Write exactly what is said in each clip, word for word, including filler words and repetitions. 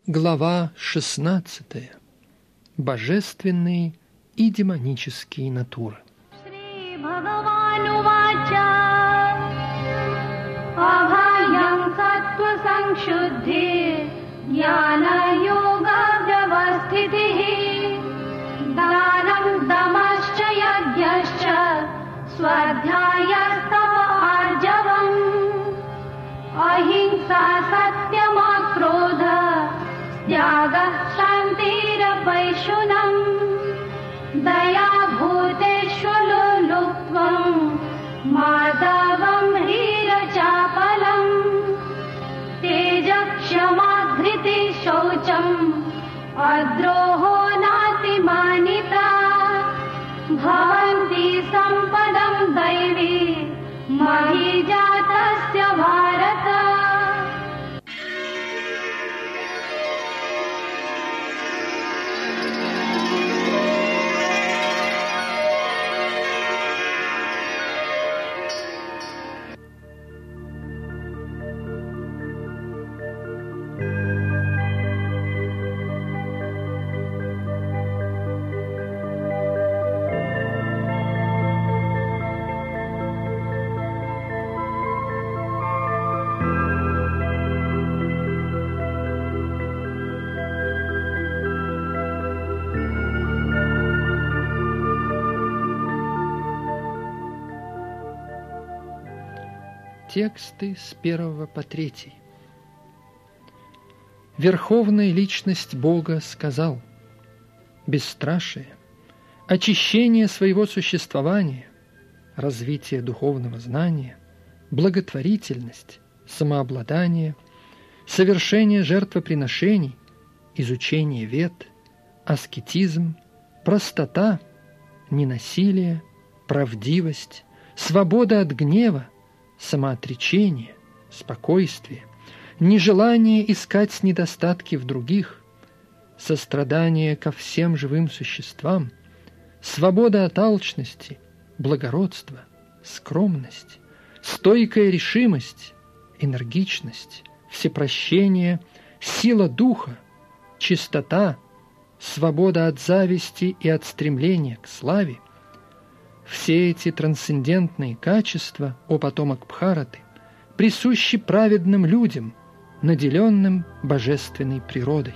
Глава шестнадцатая. Божественные и демонические натуры. त्यागः शान्तिरपैशुनम् दया भूतेषु लुप्त्वम् माधवम् ह्रीरचापलम् तेजः क्षमा धृतिः शौचम् अद्रोहो नातिमानिता भवन्ति सम्पदम् दैवी मही जातस्य भारत. Тексты с первого по третий. Верховная личность Бога сказал: бесстрашие, очищение своего существования, развитие духовного знания, благотворительность, самообладание, совершение жертвоприношений, изучение вед, аскетизм, простота, ненасилие, правдивость, свобода от гнева, самоотречение, спокойствие, нежелание искать недостатки в других, сострадание ко всем живым существам, свобода от алчности, благородство, скромность, стойкая решимость, энергичность, всепрощение, сила духа, чистота, свобода от зависти и от стремления к славе. Все эти трансцендентные качества, о потомок Бхараты, присущи праведным людям, наделенным божественной природой.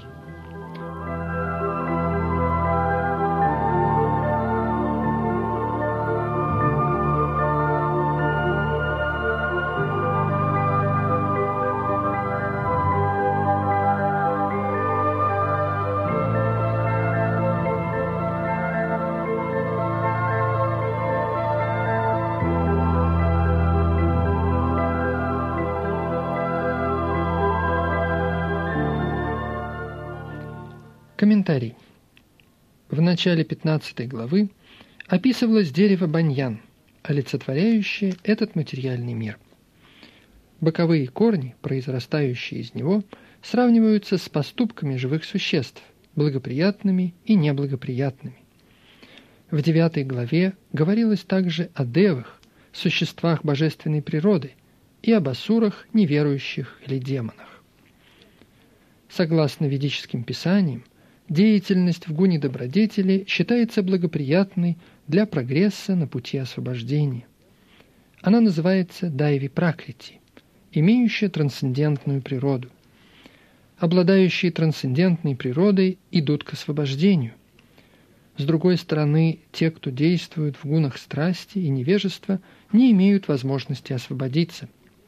Комментарий. В начале пятнадцатой главы описывалось дерево баньян, олицетворяющее этот материальный мир. Боковые корни, произрастающие из него, сравниваются с поступками живых существ, благоприятными и неблагоприятными. В девятой главе говорилось также о девах, существах божественной природы, и об асурах, неверующих или демонах. Согласно ведическим писаниям, деятельность в гуне добродетели считается благоприятной для прогресса на пути освобождения. Она называется дайви-пракрити, имеющая трансцендентную природу. Обладающие трансцендентной природой идут к освобождению. С другой стороны, те, кто действует в гунах страсти и невежества, не имеют возможности освободиться.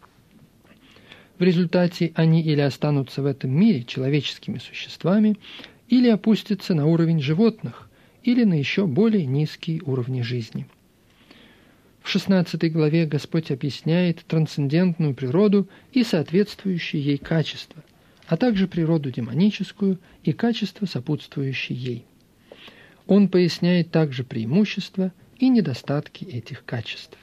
В результате они или останутся в этом мире человеческими существами, или опустятся на уровень животных, или на еще более низкие уровни жизни. В шестнадцатой главе Господь объясняет трансцендентную природу и соответствующие ей качества, а также природу демоническую и качества, сопутствующие ей. Он поясняет также преимущества и недостатки этих качеств.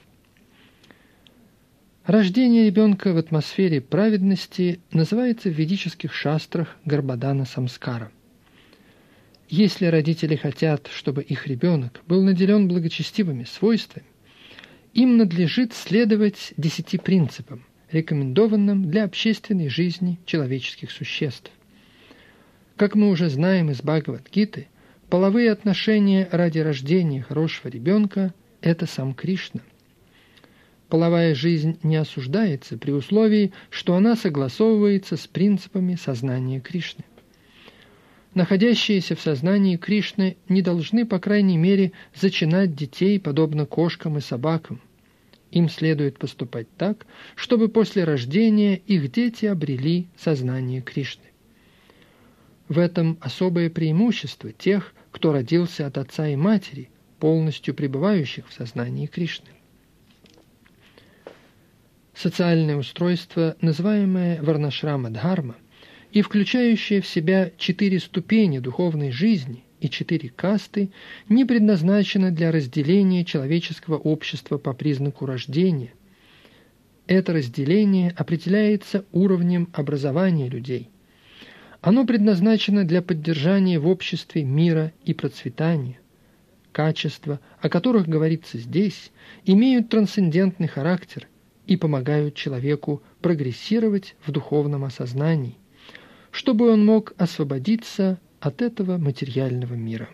Рождение ребенка в атмосфере праведности называется в ведических шастрах гарбадана самскара. Если родители хотят, чтобы их ребенок был наделен благочестивыми свойствами, им надлежит следовать десяти принципам, рекомендованным для общественной жизни человеческих существ. Как мы уже знаем из Бхагавад-гиты, половые отношения ради рождения хорошего ребенка – это сам Кришна. Половая жизнь не осуждается при условии, что она согласовывается с принципами сознания Кришны. Находящиеся в сознании Кришны не должны, по крайней мере, зачинать детей, подобно кошкам и собакам. Им следует поступать так, чтобы после рождения их дети обрели сознание Кришны. В этом особое преимущество тех, кто родился от отца и матери, полностью пребывающих в сознании Кришны. Социальное устройство, называемое варнашрама-дхарма, и включающее в себя четыре ступени духовной жизни и четыре касты, не предназначено для разделения человеческого общества по признаку рождения. Это разделение определяется уровнем образования людей. Оно предназначено для поддержания в обществе мира и процветания. Качества, о которых говорится здесь, имеют трансцендентный характер и помогают человеку прогрессировать в духовном осознании, чтобы он мог освободиться от этого материального мира.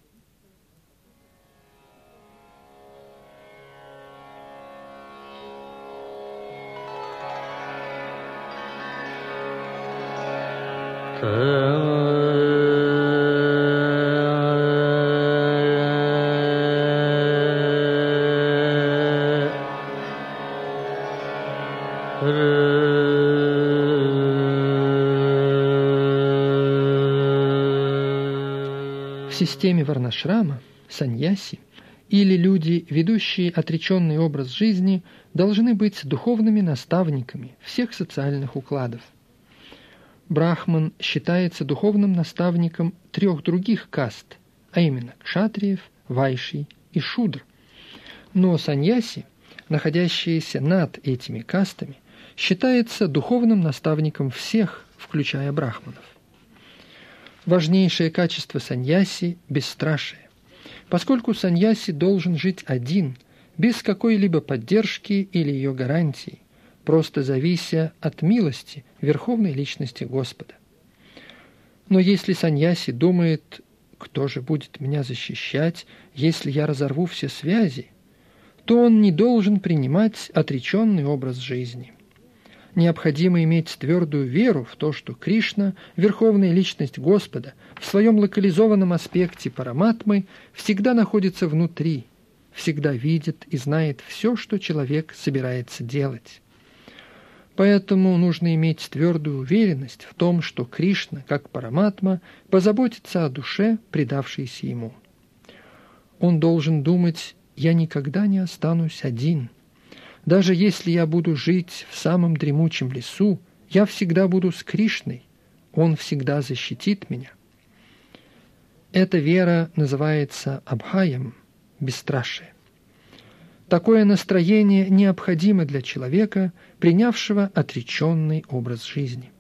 В системе варнашрама, саньяси, или люди, ведущие отреченный образ жизни, должны быть духовными наставниками всех социальных укладов. Брахман считается духовным наставником трех других каст, а именно кшатриев, вайший и шудр. Но саньяси, находящиеся над этими кастами, считается духовным наставником всех, включая брахманов. Важнейшее качество саньяси – бесстрашие, поскольку саньяси должен жить один, без какой-либо поддержки или ее гарантии, просто завися от милости Верховной Личности Господа. Но если саньяси думает, кто же будет меня защищать, если я разорву все связи, то он не должен принимать отреченный образ жизни. Необходимо иметь твердую веру в то, что Кришна, Верховная Личность Господа, в своем локализованном аспекте параматмы всегда находится внутри, всегда видит и знает все, что человек собирается делать. Поэтому нужно иметь твердую уверенность в том, что Кришна, как параматма, позаботится о душе, предавшейся ему. Он должен думать: «Я никогда не останусь один. Даже если я буду жить в самом дремучем лесу, я всегда буду с Кришной, Он всегда защитит меня». Эта вера называется абхаям, бесстрашие. Такое настроение необходимо для человека, принявшего отреченный образ жизни.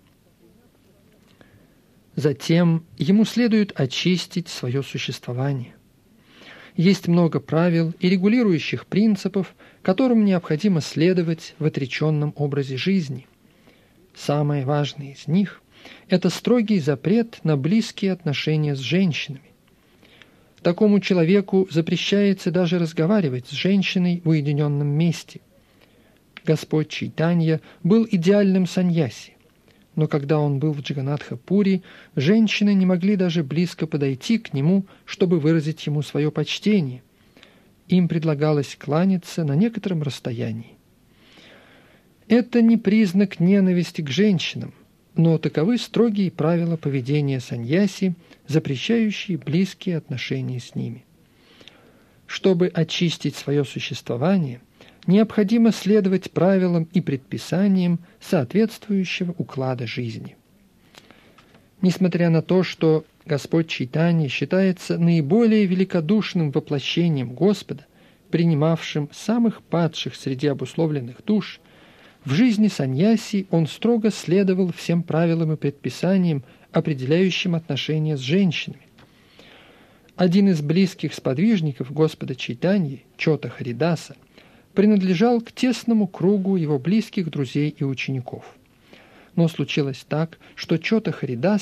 Затем ему следует очистить свое существование. Есть много правил и регулирующих принципов, которым необходимо следовать в отреченном образе жизни. Самое важное из них – это строгий запрет на близкие отношения с женщинами. Такому человеку запрещается даже разговаривать с женщиной в уединенном месте. Господь Чайтанья был идеальным саньяси, но когда он был в Джаганнатха-пури, женщины не могли даже близко подойти к нему, чтобы выразить ему свое почтение. Им предлагалось кланяться на некотором расстоянии. Это не признак ненависти к женщинам, но таковы строгие правила поведения саньяси, запрещающие близкие отношения с ними. Чтобы очистить свое существование, необходимо следовать правилам и предписаниям соответствующего уклада жизни. Несмотря на то, что Господь Чайтанья считается наиболее великодушным воплощением Господа, принимавшим самых падших среди обусловленных душ, в жизни саньяси он строго следовал всем правилам и предписаниям, определяющим отношения с женщинами. Один из близких сподвижников Господа Чайтаньи, Чота Харидаса, принадлежал к тесному кругу его близких друзей и учеников. Но случилось так, что Чота Харидаса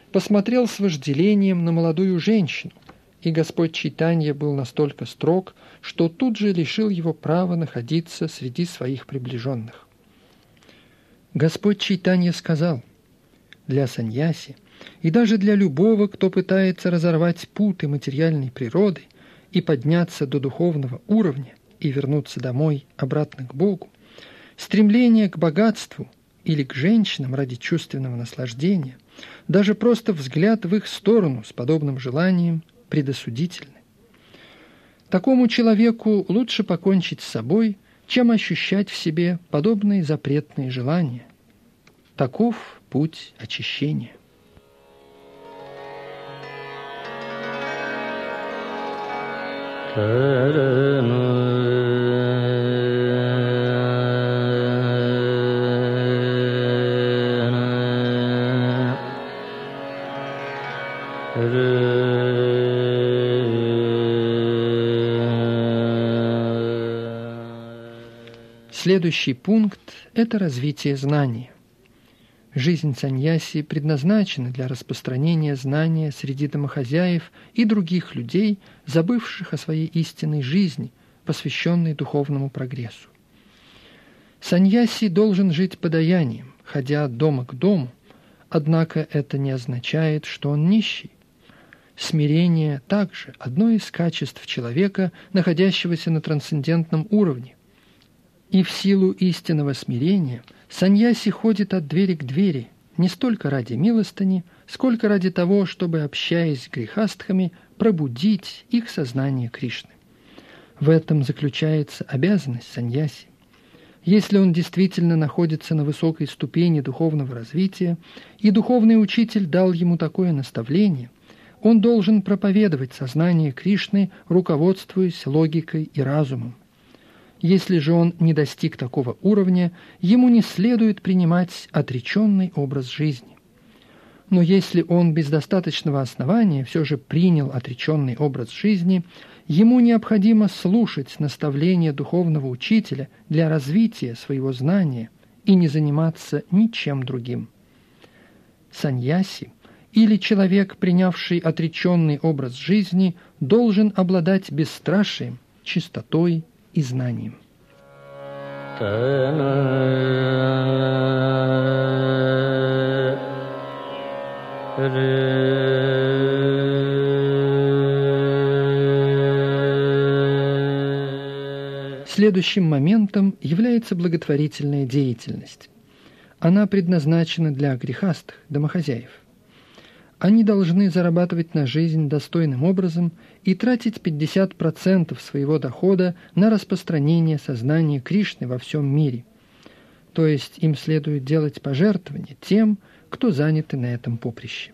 посмотрел с вожделением на молодую женщину, и Господь Чайтанья был настолько строг, что тут же лишил его права находиться среди своих приближенных. Господь Чайтанья сказал: «Для саньяси и даже для любого, кто пытается разорвать путы материальной природы и подняться до духовного уровня и вернуться домой обратно к Богу, стремление к богатству или к женщинам ради чувственного наслаждения, даже просто взгляд в их сторону с подобным желанием предосудительны. Такому человеку лучше покончить с собой, чем ощущать в себе подобные запретные желания. Таков путь очищения». Следующий пункт – это развитие знания. Жизнь саньяси предназначена для распространения знания среди домохозяев и других людей, забывших о своей истинной жизни, посвященной духовному прогрессу. Саньяси должен жить подаянием, ходя от дома к дому, однако это не означает, что он нищий. Смирение также одно из качеств человека, находящегося на трансцендентном уровне. И в силу истинного смирения саньяси ходит от двери к двери не столько ради милостыни, сколько ради того, чтобы, общаясь с грехастхами, пробудить их сознание Кришны. В этом заключается обязанность саньяси. Если он действительно находится на высокой ступени духовного развития, и духовный учитель дал ему такое наставление, он должен проповедовать сознание Кришны, руководствуясь логикой и разумом. Если же он не достиг такого уровня, ему не следует принимать отреченный образ жизни. Но если он без достаточного основания все же принял отреченный образ жизни, ему необходимо слушать наставления духовного учителя для развития своего знания и не заниматься ничем другим. Саньяси, или человек, принявший отреченный образ жизни, должен обладать бесстрашием, чистотой и знанием. Следующим моментом является благотворительная деятельность. Она предназначена для грехастых, домохозяев. Они должны зарабатывать на жизнь достойным образом и тратить пятьдесят процентов своего дохода на распространение сознания Кришны во всем мире. То есть им следует делать пожертвования тем, кто заняты на этом поприще.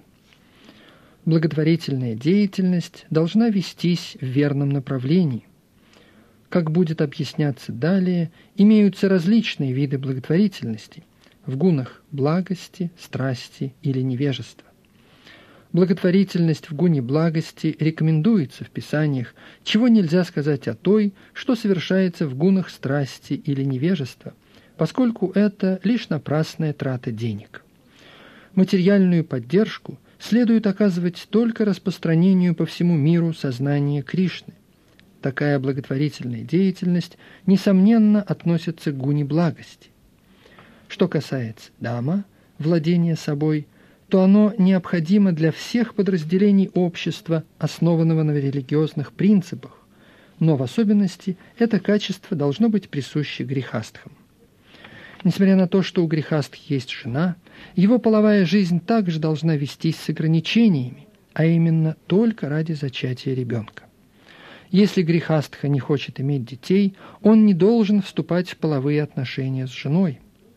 Благотворительная деятельность должна вестись в верном направлении. Как будет объясняться далее, имеются различные виды благотворительности в гунах благости, страсти или невежества. Благотворительность в гуне благости рекомендуется в Писаниях, чего нельзя сказать о той, что совершается в гунах страсти или невежества, поскольку это лишь напрасная трата денег. Материальную поддержку следует оказывать только распространению по всему миру сознания Кришны. Такая благотворительная деятельность, несомненно, относится к гуне благости. Что касается дама, владения собой, то оно необходимо для всех подразделений общества, основанного на религиозных принципах, но в особенности это качество должно быть присуще грехастхам. Несмотря на то, что у грехастх есть жена, его половая жизнь также должна вестись с ограничениями, а именно только ради зачатия ребенка. Если грехастха не хочет иметь детей, он не должен вступать в половые отношения с женой.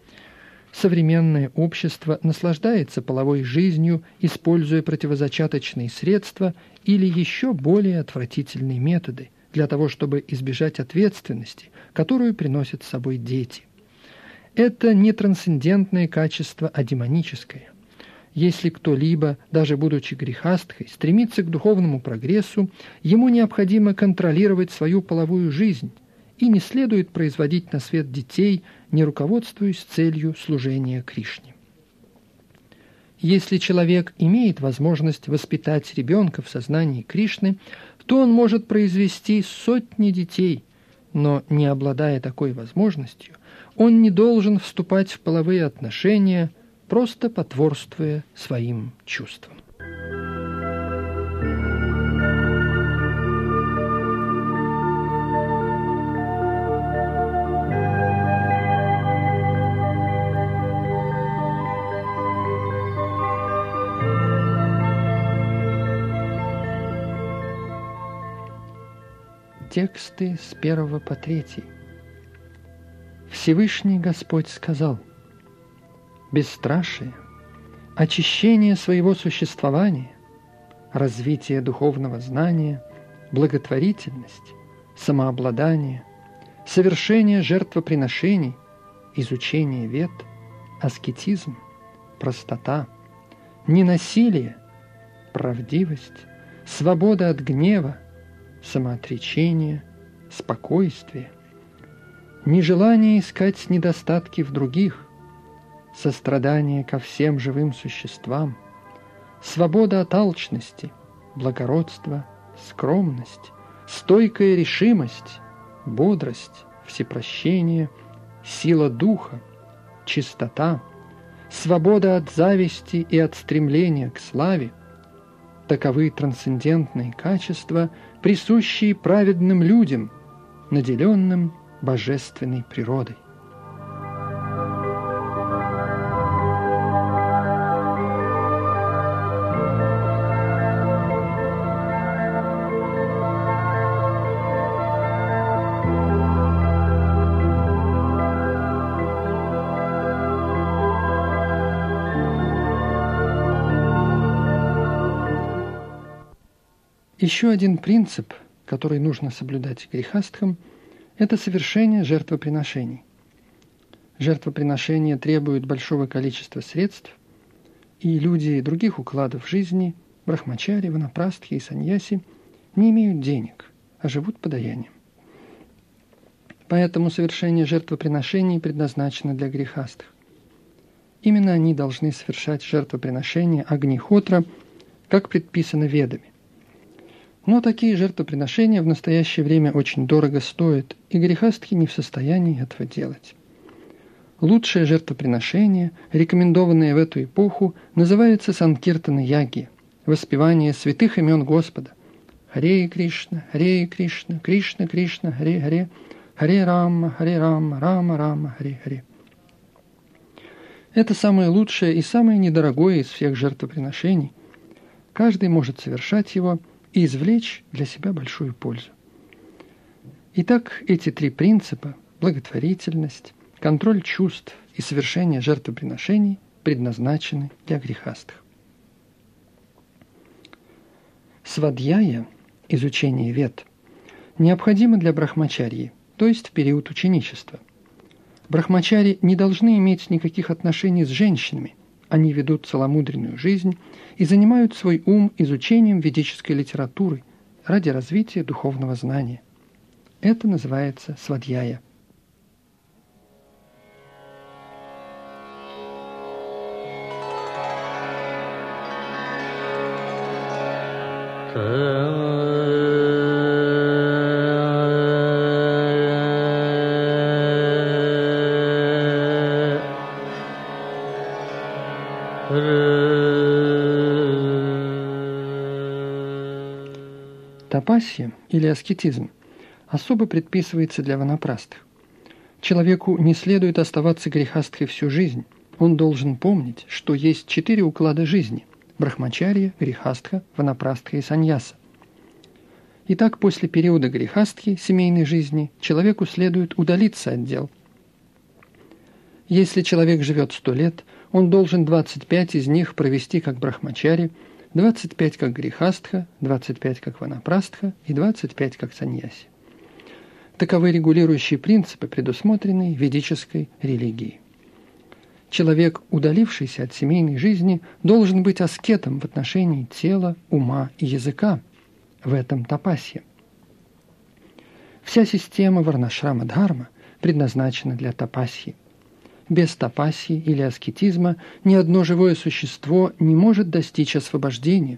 Современное общество наслаждается половой жизнью, используя противозачаточные средства или еще более отвратительные методы для того, чтобы избежать ответственности, которую приносят с собой дети. Это не трансцендентное качество, а демоническое. Если кто-либо, даже будучи грехастхой, стремится к духовному прогрессу, ему необходимо контролировать свою половую жизнь, и не следует производить на свет детей, не руководствуясь целью служения Кришне. Если человек имеет возможность воспитать ребенка в сознании Кришны, то он может произвести сотни детей, но не обладая такой возможностью, он не должен вступать в половые отношения, просто потворствуя своим чувствам. Тексты с первого по третий. Всевышний Господь сказал: бесстрашие, очищение своего существования, развитие духовного знания, благотворительность, самообладание, совершение жертвоприношений, изучение вед, аскетизм, простота, ненасилие, правдивость, свобода от гнева, самоотречение, спокойствие, нежелание искать недостатки в других, сострадание ко всем живым существам, свобода от алчности, благородство, скромность, стойкая решимость, бодрость, всепрощение, сила духа, чистота, свобода от зависти и от стремления к славе – таковы трансцендентные качества, присущие праведным людям, наделенным божественной природой. Еще один принцип, который нужно соблюдать грехастхам, это совершение жертвоприношений. Жертвоприношения требуют большого количества средств, и люди других укладов жизни, брахмачари, ванапрастхи и саньяси, не имеют денег, а живут подаянием. Поэтому совершение жертвоприношений предназначено для грехастх. Именно они должны совершать жертвоприношения Агнихотра, как предписано ведами. Но такие жертвоприношения в настоящее время очень дорого стоят, и грехастхи не в состоянии этого делать. Лучшее жертвоприношение, рекомендованное в эту эпоху, называется Санкиртана-яги, воспевание святых имен Господа. Харе Кришна, Харе Кришна, Кришна Кришна, Харе Харе, Харе Рама, Харе Рама, Рама Рама, Харе Харе. Это самое лучшее и самое недорогое из всех жертвоприношений. Каждый может совершать его и извлечь для себя большую пользу. Итак, эти три принципа – благотворительность, контроль чувств и совершение жертвоприношений – предназначены для грехастых. Свадьяя – изучение вед – необходимо для брахмачарьи, то есть в период ученичества. Брахмачари не должны иметь никаких отношений с женщинами, они ведут целомудренную жизнь и занимают свой ум изучением ведической литературы ради развития духовного знания. Это называется свадьяя. Тапасья или аскетизм особо предписывается для ванапрастх. Человеку не следует оставаться грехастхой всю жизнь. Он должен помнить, что есть четыре уклада жизни – брахмачарья, грехастха, ванапрастха и саньяса. Итак, после периода грехастхи, семейной жизни, человеку следует удалиться от дел. Если человек живет сто лет, он должен двадцать пять из них провести как брахмачари, двадцать пять как грехастха, двадцать пять как ванапрастха и двадцать пять как саньяси. Таковы регулирующие принципы, предусмотренные ведической религией. Человек, удалившийся от семейной жизни, должен быть аскетом в отношении тела, ума и языка. В этом тапасья. Вся система варнашрама-дхарма предназначена для тапасьи. Без тапасии или аскетизма ни одно живое существо не может достичь освобождения.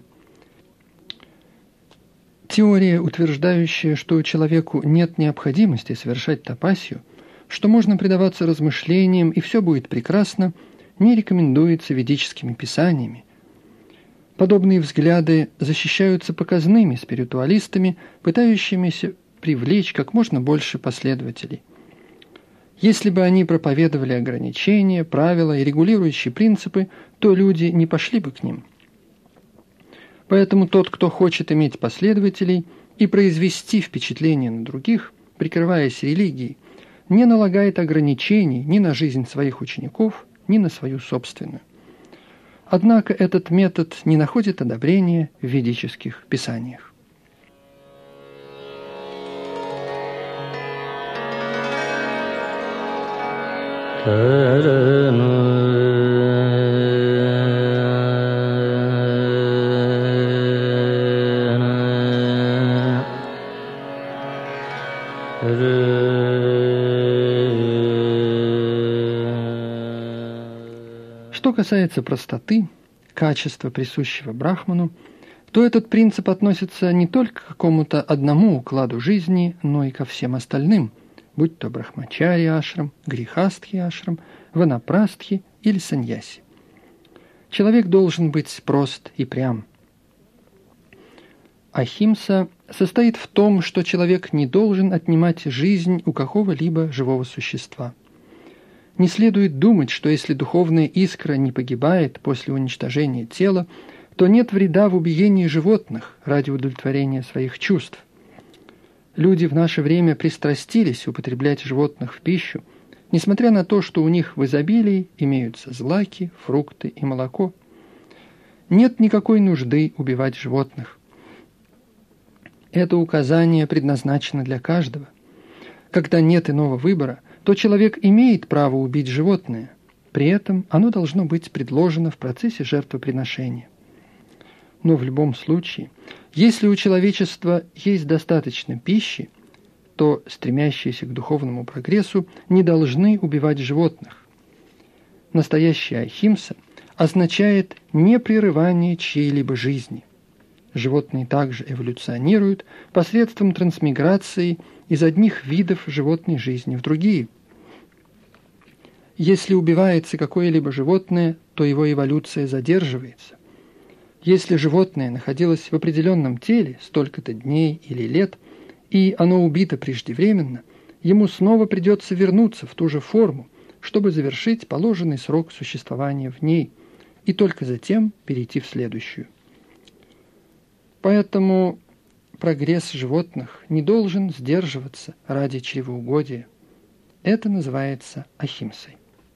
Теория, утверждающая, что человеку нет необходимости совершать тапасию, что можно предаваться размышлениям и все будет прекрасно, не рекомендуется ведическими писаниями. Подобные взгляды защищаются показными спиритуалистами, пытающимися привлечь как можно больше последователей. Если бы они проповедовали ограничения, правила и регулирующие принципы, то люди не пошли бы к ним. Поэтому тот, кто хочет иметь последователей и произвести впечатление на других, прикрываясь религией, не налагает ограничений ни на жизнь своих учеников, ни на свою собственную. Однако этот метод не находит одобрения в ведических писаниях. Что касается простоты, качества, присущего Брахману, то этот принцип относится не только к какому-то одному укладу жизни, но и ко всем остальным, будь то брахмачари ашрам, грихастхи ашрам, ванапрастхи или саньяси. Человек должен быть прост и прям. Ахимса состоит в том, что человек не должен отнимать жизнь у какого-либо живого существа. Не следует думать, что если духовная искра не погибает после уничтожения тела, то нет вреда в убиении животных ради удовлетворения своих чувств. Люди в наше время пристрастились употреблять животных в пищу, несмотря на то, что у них в изобилии имеются злаки, фрукты и молоко. Нет никакой нужды убивать животных. Это указание предназначено для каждого. Когда нет иного выбора, то человек имеет право убить животное. При этом оно должно быть предложено в процессе жертвоприношения. Но в любом случае, если у человечества есть достаточно пищи, то стремящиеся к духовному прогрессу не должны убивать животных. Настоящая ахимса означает непрерывание чьей-либо жизни. Животные также эволюционируют посредством трансмиграции из одних видов животной жизни в другие. Если убивается какое-либо животное, то его эволюция задерживается. Если животное находилось в определенном теле столько-то дней или лет, и оно убито преждевременно, ему снова придется вернуться в ту же форму, чтобы завершить положенный срок существования в ней, и только затем перейти в следующую. Поэтому прогресс животных не должен сдерживаться ради чревоугодия. Это называется ахимсой.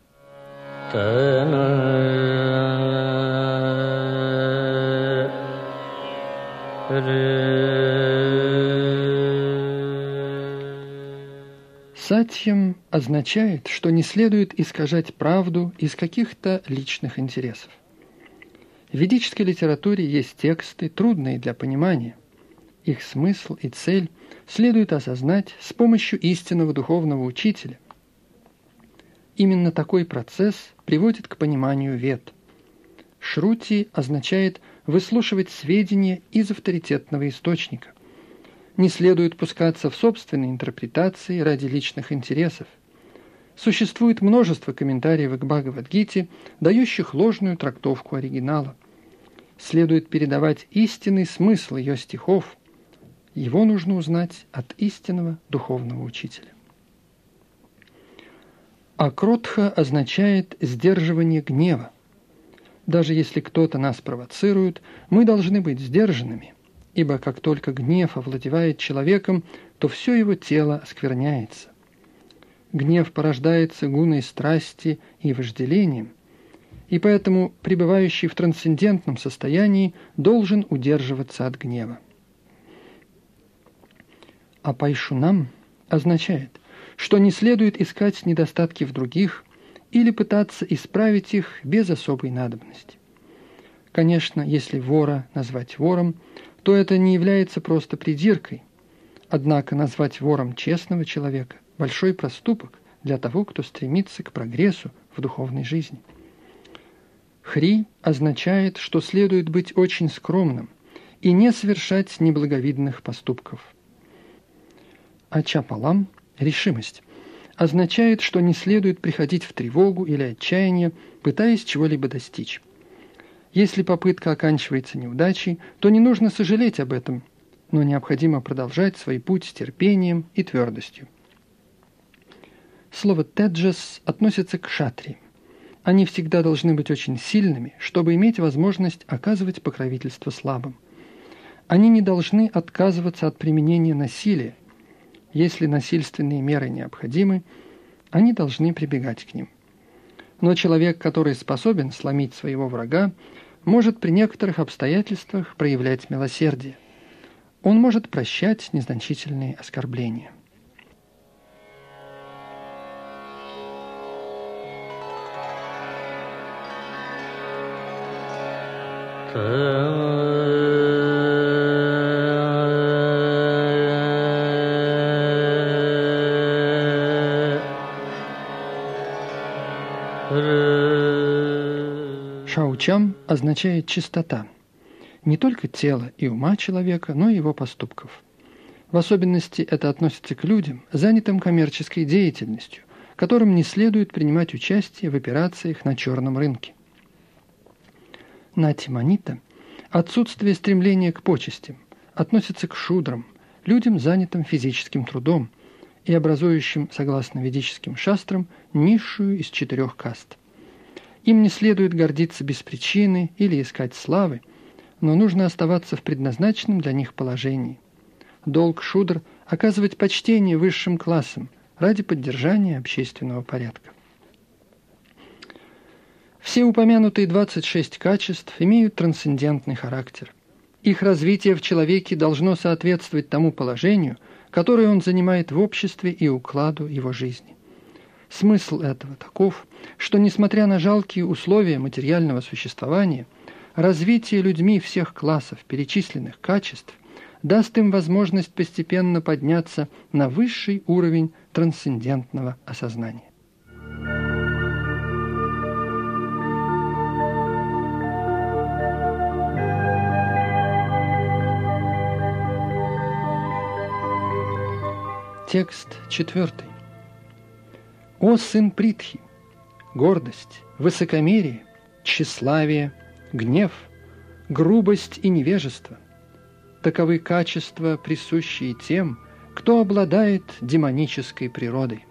Сатьям означает, что не следует искажать правду из каких-то личных интересов. В ведической литературе есть тексты, трудные для понимания. Их смысл и цель следует осознать с помощью истинного духовного учителя. Именно такой процесс приводит к пониманию вед. Шрути означает выслушивать сведения из авторитетного источника. Не следует пускаться в собственные интерпретации ради личных интересов. Существует множество комментариев к Бхагавад-гите, дающих ложную трактовку оригинала. Следует передавать истинный смысл ее стихов. Его нужно узнать от истинного духовного учителя. Акротха означает сдерживание гнева. Даже если кто-то нас провоцирует, мы должны быть сдержанными, ибо как только гнев овладевает человеком, то все его тело оскверняется. Гнев порождается гуной страсти и вожделением, и поэтому пребывающий в трансцендентном состоянии должен удерживаться от гнева. А пайшунам означает, что не следует искать недостатки в других или пытаться исправить их без особой надобности. Конечно, если вора назвать вором, то это не является просто придиркой. Однако назвать вором честного человека – большой проступок для того, кто стремится к прогрессу в духовной жизни. Хри означает, что следует быть очень скромным и не совершать неблаговидных поступков. А чапалам – решимость – означает, что не следует приходить в тревогу или отчаяние, пытаясь чего-либо достичь. Если попытка оканчивается неудачей, то не нужно сожалеть об этом, но необходимо продолжать свой путь с терпением и твердостью. Слово «теджас» относится к кшатриям. Они всегда должны быть очень сильными, чтобы иметь возможность оказывать покровительство слабым. Они не должны отказываться от применения насилия. Если насильственные меры необходимы, они должны прибегать к ним. Но человек, который способен сломить своего врага, может при некоторых обстоятельствах проявлять милосердие. Он может прощать незначительные оскорбления. Шаучам означает чистота, не только тела и ума человека, но и его поступков. В особенности это относится к людям, занятым коммерческой деятельностью, которым не следует принимать участие в операциях на черном рынке. Натиманита – отсутствие стремления к почестям, относится к шудрам, людям, занятым физическим трудом и образующим, согласно ведическим шастрам, низшую из четырех каст. Им не следует гордиться без причины или искать славы, но нужно оставаться в предназначенном для них положении. Долг шудр – оказывать почтение высшим классам ради поддержания общественного порядка. Все упомянутые двадцать шесть качеств имеют трансцендентный характер. Их развитие в человеке должно соответствовать тому положению, которое он занимает в обществе и укладу его жизни. Смысл этого таков, что, несмотря на жалкие условия материального существования, развитие людьми всех классов перечисленных качеств даст им возможность постепенно подняться на высший уровень трансцендентного осознания. Текст четвертый. «О сын Притхи! Гордость, высокомерие, тщеславие, гнев, грубость и невежество – таковы качества, присущие тем, кто обладает демонической природой».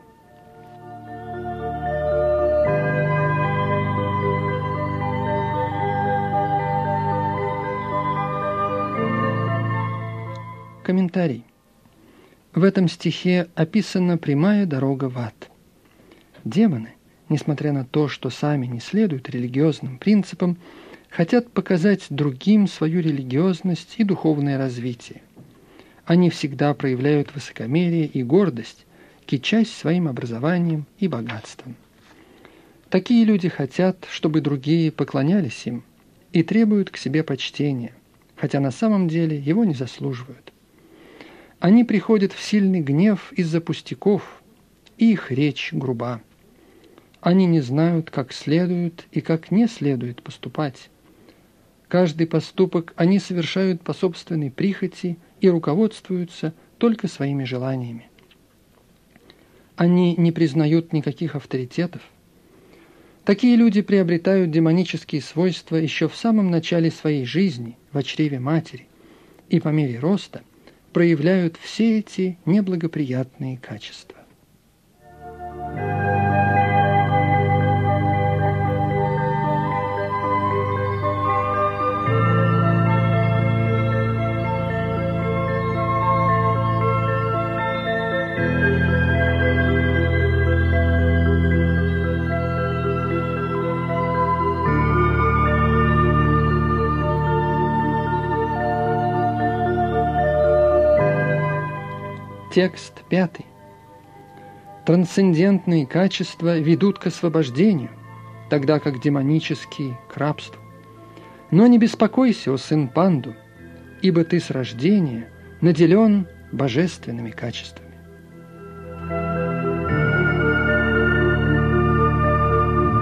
Комментарий. В этом стихе описана прямая дорога в ад. Демоны, несмотря на то, что сами не следуют религиозным принципам, хотят показать другим свою религиозность и духовное развитие. Они всегда проявляют высокомерие и гордость, кичась своим образованием и богатством. Такие люди хотят, чтобы другие поклонялись им и требуют к себе почтения, хотя на самом деле его не заслуживают. Они приходят в сильный гнев из-за пустяков, и их речь груба. Они не знают, как следует и как не следует поступать. Каждый поступок они совершают по собственной прихоти и руководствуются только своими желаниями. Они не признают никаких авторитетов. Такие люди приобретают демонические свойства еще в самом начале своей жизни, в чреве матери, и по мере роста проявляют все эти неблагоприятные качества. Текст пятый. Трансцендентные качества ведут к освобождению, тогда как демонические – к рабству. Но не беспокойся, о сын Панду, ибо ты с рождения наделен божественными качествами.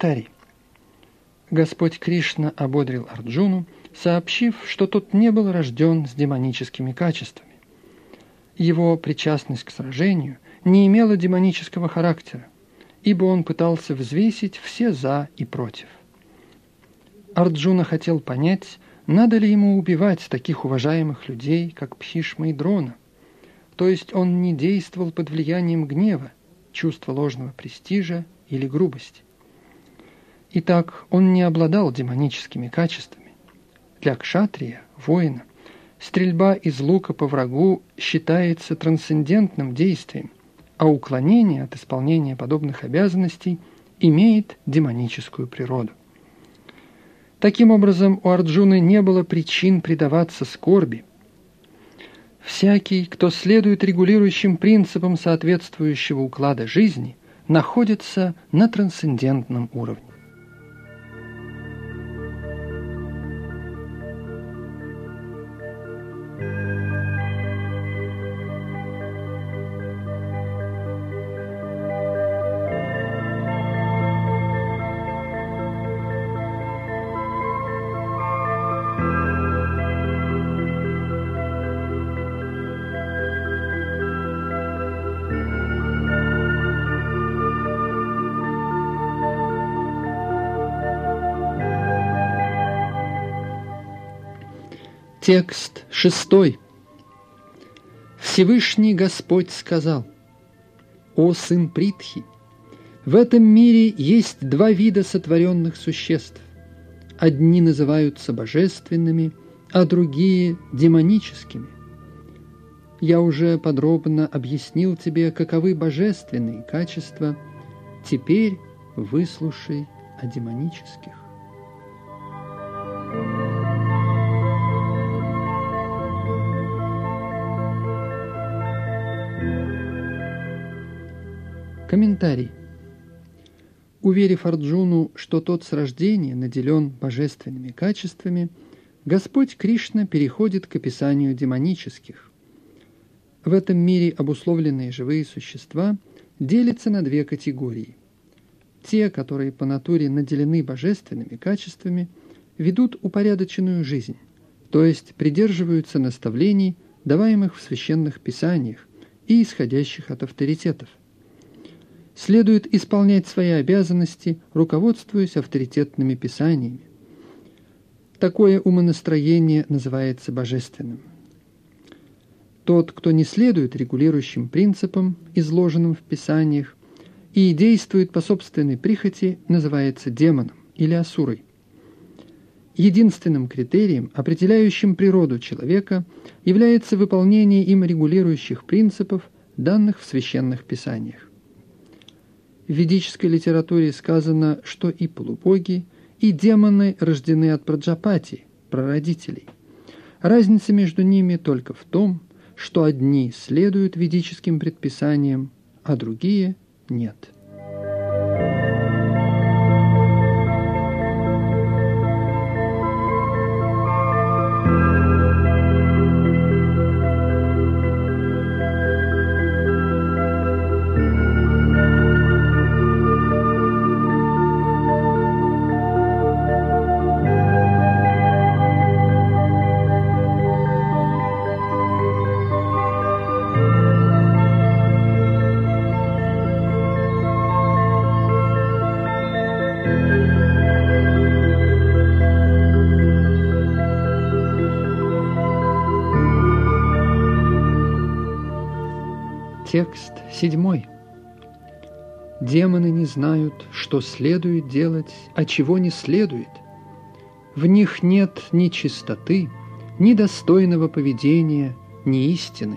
Комментарий. Господь Кришна ободрил Арджуну, сообщив, что тот не был рожден с демоническими качествами. Его причастность к сражению не имела демонического характера, ибо он пытался взвесить все «за» и «против». Арджуна хотел понять, надо ли ему убивать таких уважаемых людей, как Бхишма и Дрона. То есть он не действовал под влиянием гнева, чувства ложного престижа или грубости. Итак, он не обладал демоническими качествами. Для кшатрия, воина, стрельба из лука по врагу считается трансцендентным действием, а уклонение от исполнения подобных обязанностей имеет демоническую природу. Таким образом, у Арджуны не было причин предаваться скорби. Всякий, кто следует регулирующим принципам соответствующего уклада жизни, находится на трансцендентном уровне. Текст шестой. Всевышний Господь сказал: «О сын Притхи, в этом мире есть два вида сотворенных существ. Одни называются божественными, а другие – демоническими. Я уже подробно объяснил тебе, каковы божественные качества. Теперь выслушай о демонических». Комментарий. Уверив Арджуну, что тот с рождения наделен божественными качествами, Господь Кришна переходит к описанию демонических. В этом мире обусловленные живые существа делятся на две категории. Те, которые по натуре наделены божественными качествами, ведут упорядоченную жизнь, то есть придерживаются наставлений, даваемых в священных писаниях и исходящих от авторитетов. Следует исполнять свои обязанности, руководствуясь авторитетными писаниями. Такое умонастроение называется божественным. Тот, кто не следует регулирующим принципам, изложенным в писаниях, и действует по собственной прихоти, называется демоном или асурой. Единственным критерием, определяющим природу человека, является выполнение им регулирующих принципов, данных в священных писаниях. В ведической литературе сказано, что и полубоги, и демоны рождены от праджапати, прародителей. Разница между ними только в том, что одни следуют ведическим предписаниям, а другие – нет. Текст седьмой. Демоны не знают, что следует делать, а чего не следует. В них нет ни чистоты, ни достойного поведения, ни истины.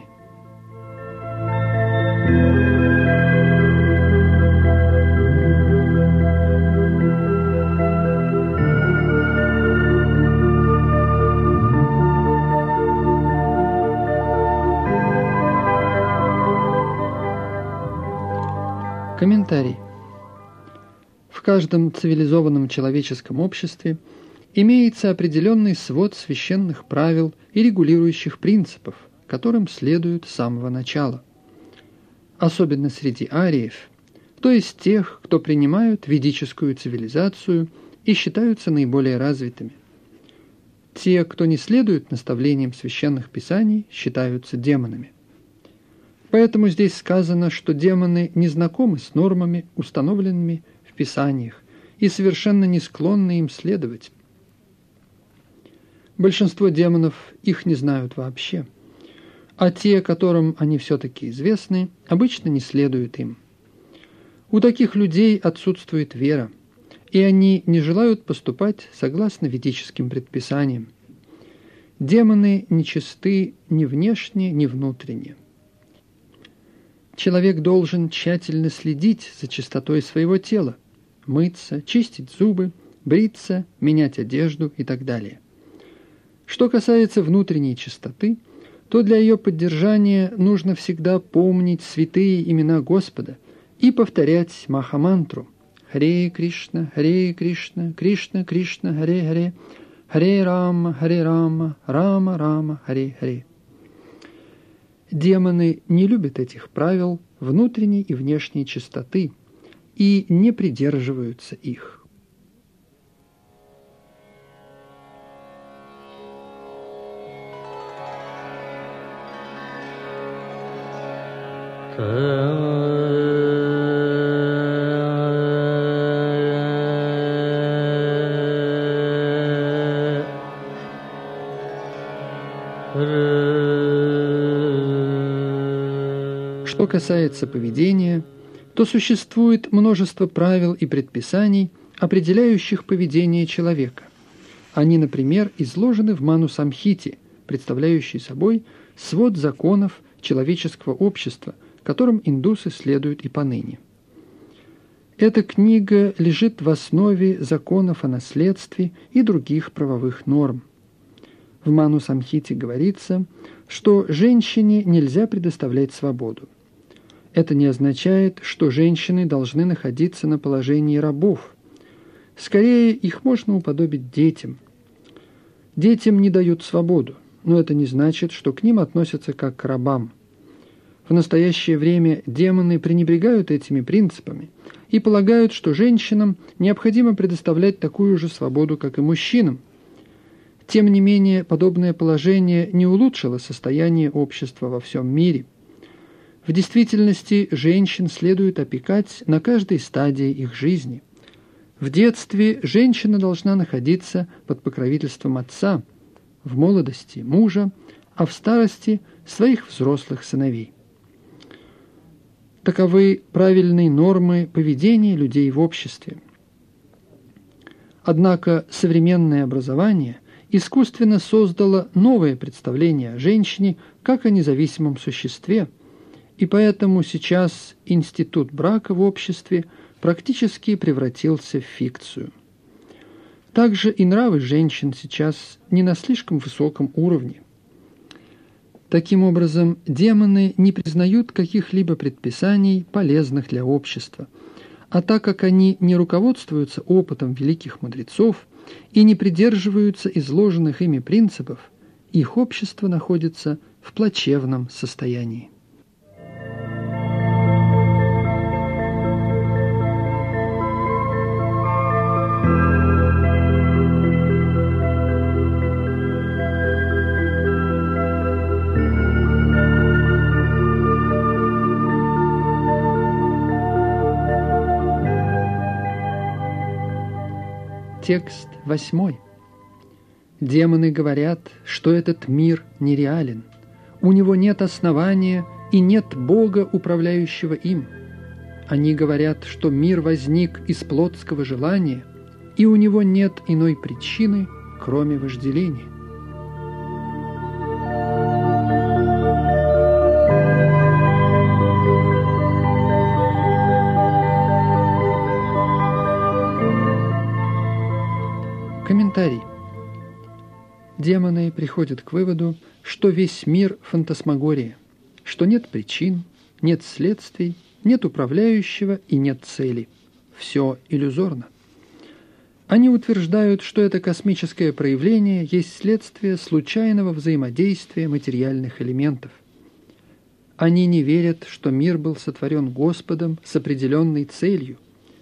Комментарий. В каждом цивилизованном человеческом обществе имеется определенный свод священных правил и регулирующих принципов, которым следуют с самого начала. Особенно среди ариев то есть тех, кто принимают ведическую цивилизацию и считаются наиболее развитыми. Те, кто не следует наставлениям священных писаний, считаются демонами. Поэтому здесь сказано, что демоны не знакомы с нормами, установленными в писаниях, и совершенно не склонны им следовать. Большинство демонов их не знают вообще, а те, которым они все-таки известны, обычно не следуют им. У таких людей отсутствует вера, и они не желают поступать согласно ведическим предписаниям. Демоны нечисты ни внешне, ни внутренне. Человек должен тщательно следить за чистотой своего тела, мыться, чистить зубы, бриться, менять одежду и так далее. Что касается внутренней чистоты, то для ее поддержания нужно всегда помнить святые имена Господа и повторять Махамантру «Харе Кришна, Харе Кришна, Кришна Кришна, Харе Харе, Харе Рама, Харе Рама, Рама Рама, Харе Харе». Демоны не любят этих правил внутренней и внешней чистоты и не придерживаются их. Что касается поведения, то существует множество правил и предписаний, определяющих поведение человека. Они, например, изложены в Ману-Самхите, представляющей собой свод законов человеческого общества, которым индусы следуют и поныне. Эта книга лежит в основе законов о наследстве и других правовых норм. В Ману-Самхите говорится, что женщине нельзя предоставлять свободу. Это не означает, что женщины должны находиться на положении рабов. Скорее, их можно уподобить детям. Детям не дают свободу, но это не значит, что к ним относятся как к рабам. В настоящее время демоны пренебрегают этими принципами и полагают, что женщинам необходимо предоставлять такую же свободу, как и мужчинам. Тем не менее, подобное положение не улучшило состояние общества во всем мире. В действительности, женщин следует опекать на каждой стадии их жизни. В детстве женщина должна находиться под покровительством отца, в молодости – мужа, а в старости – своих взрослых сыновей. Таковы правильные нормы поведения людей в обществе. Однако современное образование искусственно создало новое представление о женщине как о независимом существе, и поэтому сейчас институт брака в обществе практически превратился в фикцию. Также и нравы женщин сейчас не на слишком высоком уровне. Таким образом, демоны не признают каких-либо предписаний, полезных для общества, а так как они не руководствуются опытом великих мудрецов и не придерживаются изложенных ими принципов, их общество находится в плачевном состоянии. Текст восьмой. Демоны говорят, что этот мир нереален, у него нет основания и нет Бога, управляющего им. Они говорят, что мир возник из плотского желания, и у него нет иной причины, кроме вожделения. Комментарий. Демоны приходят к выводу, что весь мир – фантасмагория, что нет причин, нет следствий, нет управляющего и нет цели. Все иллюзорно. Они утверждают, что это космическое проявление есть следствие случайного взаимодействия материальных элементов. Они не верят, что мир был сотворен Господом с определенной целью.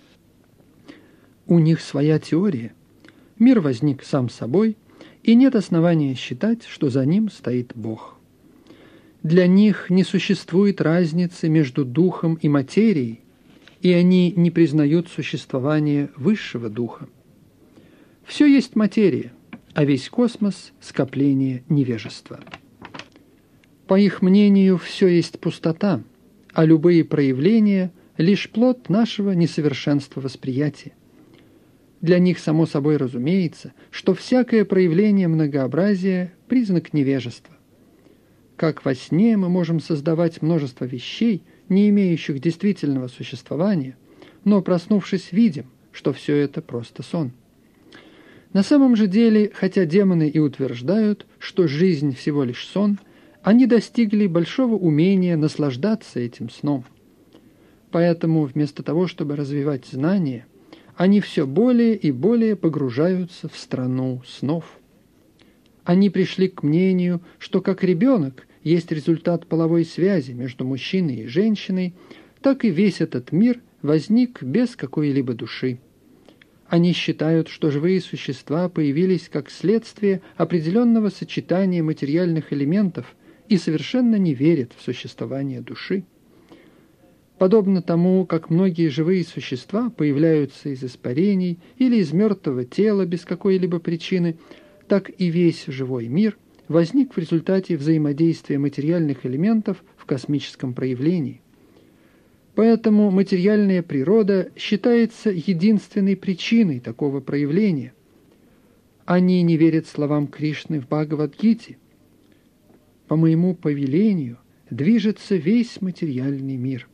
У них своя теория. Мир возник сам собой, и нет основания считать, что за ним стоит Бог. Для них не существует разницы между духом и материей, и они не признают существование высшего духа. Все есть материя, а весь космос – скопление невежества. По их мнению, все есть пустота, а любые проявления – лишь плод нашего несовершенства восприятия. Для них само собой разумеется, что всякое проявление многообразия – признак невежества. Как во сне мы можем создавать множество вещей, не имеющих действительного существования, но, проснувшись, видим, что все это просто сон. На самом же деле, хотя демоны и утверждают, что жизнь всего лишь сон, они достигли большого умения наслаждаться этим сном. Поэтому вместо того, чтобы развивать знания, они все более и более погружаются в страну снов. Они пришли к мнению, что как ребенок есть результат половой связи между мужчиной и женщиной, так и весь этот мир возник без какой-либо души. Они считают, что живые существа появились как следствие определенного сочетания материальных элементов и совершенно не верят в существование души. Подобно тому, как многие живые существа появляются из испарений или из мертвого тела без какой-либо причины, так и весь живой мир возник в результате взаимодействия материальных элементов в космическом проявлении. Поэтому материальная природа считается единственной причиной такого проявления. Они не верят словам Кришны в Бхагавад-гите. По моему повелению движется весь материальный мир.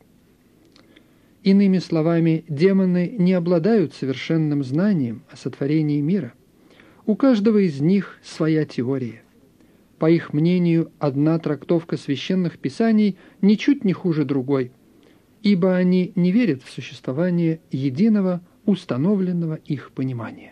Иными словами, демоны не обладают совершенным знанием о сотворении мира. У каждого из них своя теория. По их мнению, одна трактовка священных писаний ничуть не хуже другой, ибо они не верят в существование единого, установленного их понимания.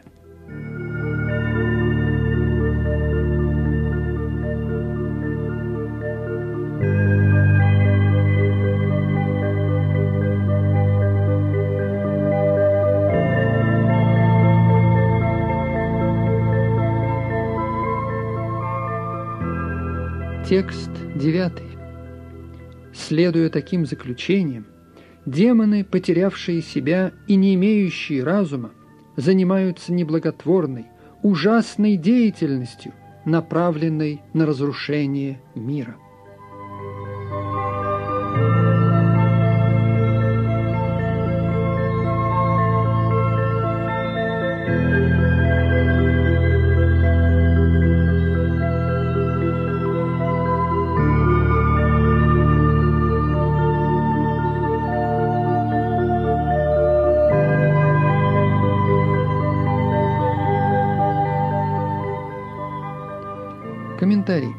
Текст девятый. Следуя таким заключениям, демоны, потерявшие себя и не имеющие разума, занимаются неблаготворной, ужасной деятельностью, направленной на разрушение мира. Комментарий.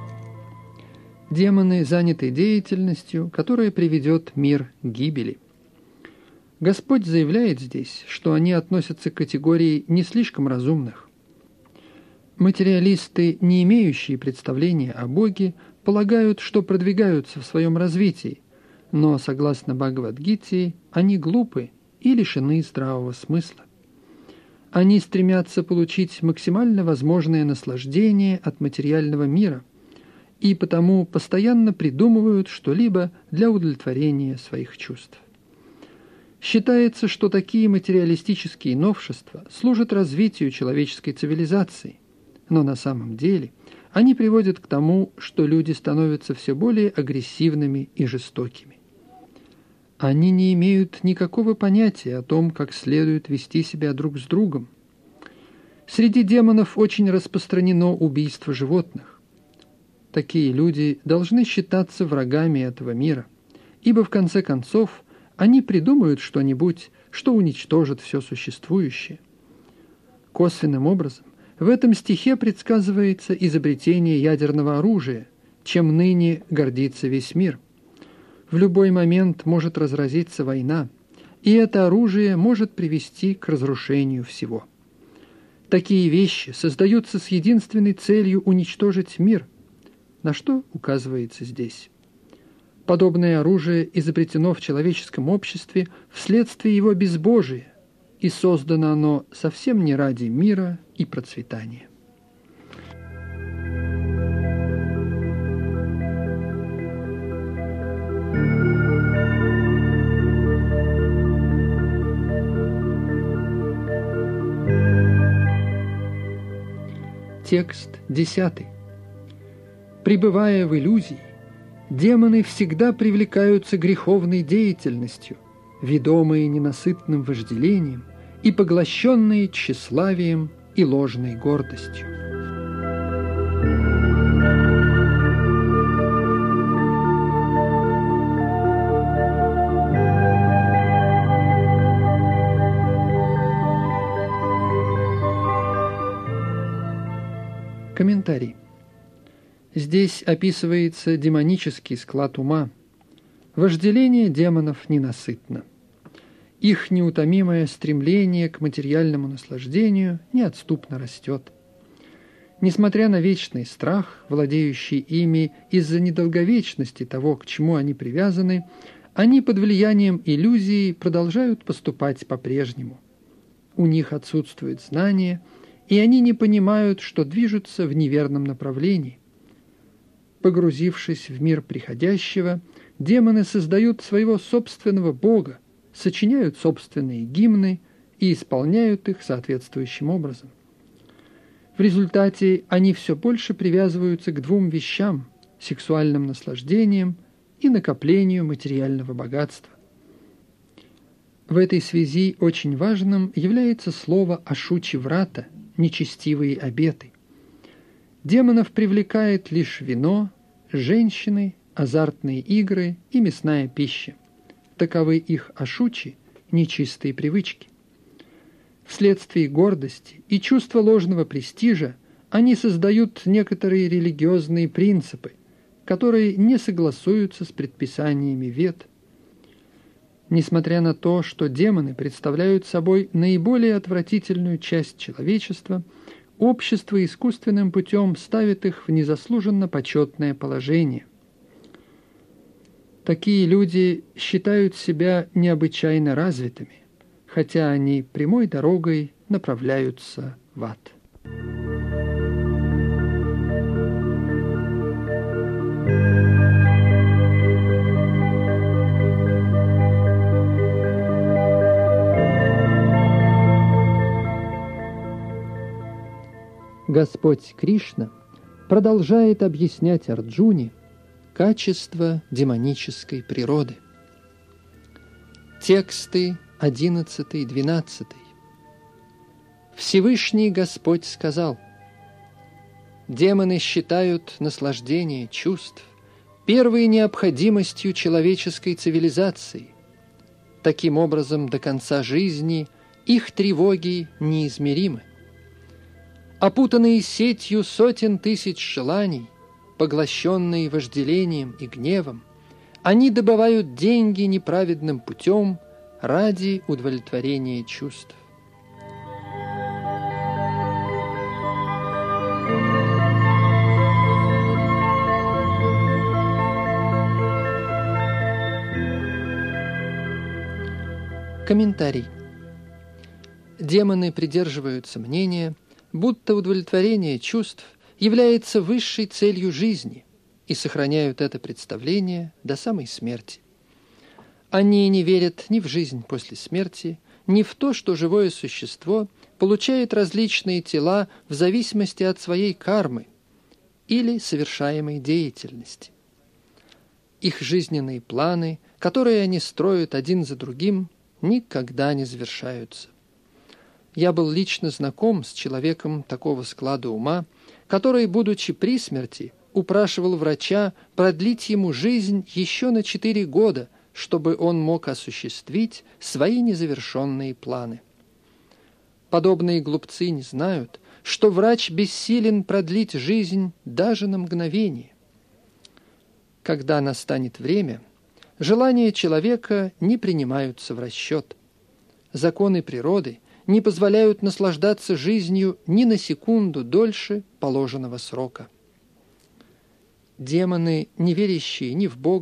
Демоны заняты деятельностью, которая приведет мир к гибели. Господь заявляет здесь, что они относятся к категории не слишком разумных. Материалисты, не имеющие представления о Боге, полагают, что продвигаются в своем развитии, но, согласно Бхагавад-гите, они глупы и лишены здравого смысла. Они стремятся получить максимально возможное наслаждение от материального мира и потому постоянно придумывают что-либо для удовлетворения своих чувств. Считается, что такие материалистические новшества служат развитию человеческой цивилизации, но на самом деле они приводят к тому, что люди становятся все более агрессивными и жестокими. Они не имеют никакого понятия о том, как следует вести себя друг с другом. Среди демонов очень распространено убийство животных. Такие люди должны считаться врагами этого мира, ибо в конце концов они придумают что-нибудь, что уничтожит все существующее. Косвенным образом в этом стихе предсказывается изобретение ядерного оружия, чем ныне гордится весь мир. В любой момент может разразиться война, и это оружие может привести к разрушению всего. Такие вещи создаются с единственной целью уничтожить мир, на что указывается здесь. Подобное оружие изобретено в человеческом обществе вследствие его безбожия, и создано оно совсем не ради мира и процветания. Текст десятый. Пребывая в иллюзии, демоны всегда привлекаются греховной деятельностью, ведомые ненасытным вожделением и поглощенные тщеславием и ложной гордостью. Комментарий. Здесь описывается демонический склад ума. Вожделение демонов ненасытно. Их неутомимое стремление к материальному наслаждению неотступно растет. Несмотря на вечный страх, владеющий ими из-за недолговечности того, к чему они привязаны, они под влиянием иллюзии продолжают поступать по-прежнему. У них отсутствует знание, и они не понимают, что движутся в неверном направлении. Погрузившись в мир приходящего, демоны создают своего собственного бога, сочиняют собственные гимны и исполняют их соответствующим образом. В результате они все больше привязываются к двум вещам – сексуальным наслаждениям и накоплению материального богатства. В этой связи очень важным является слово «ашучи-врата» – нечестивые обеты. Демонов привлекает лишь вино, женщины, азартные игры и мясная пища. Таковы их ашучи, нечистые привычки. Вследствие гордости и чувства ложного престижа они создают некоторые религиозные принципы, которые не согласуются с предписаниями Вед. Несмотря на то, что демоны представляют собой наиболее отвратительную часть человечества, общество искусственным путем ставит их в незаслуженно почетное положение. Такие люди считают себя необычайно развитыми, хотя они прямой дорогой направляются в ад. Господь Кришна продолжает объяснять Арджуне качество демонической природы. Тексты одиннадцатый-двенадцатый. Всевышний Господь сказал: «Демоны считают наслаждение чувств первой необходимостью человеческой цивилизации. Таким образом, до конца жизни их тревоги неизмеримы. Опутанные сетью сотен тысяч желаний, поглощенные вожделением и гневом, они добывают деньги неправедным путем ради удовлетворения чувств. Комментарий. Демоны придерживаются мнения, будто удовлетворение чувств является высшей целью жизни и сохраняют это представление до самой смерти. Они не верят ни в жизнь после смерти, ни в то, что живое существо получает различные тела в зависимости от своей кармы или совершаемой деятельности. Их жизненные планы, которые они строят один за другим, никогда не завершаются. Я был лично знаком с человеком такого склада ума, который, будучи при смерти, упрашивал врача продлить ему жизнь еще на четыре года, чтобы он мог осуществить свои незавершенные планы. Подобные глупцы не знают, что врач бессилен продлить жизнь даже на мгновение. Когда настанет время, желания человека не принимаются в расчет. Законы природы не позволяют наслаждаться жизнью ни на секунду дольше положенного срока. Демоны, не верящие ни в Бога,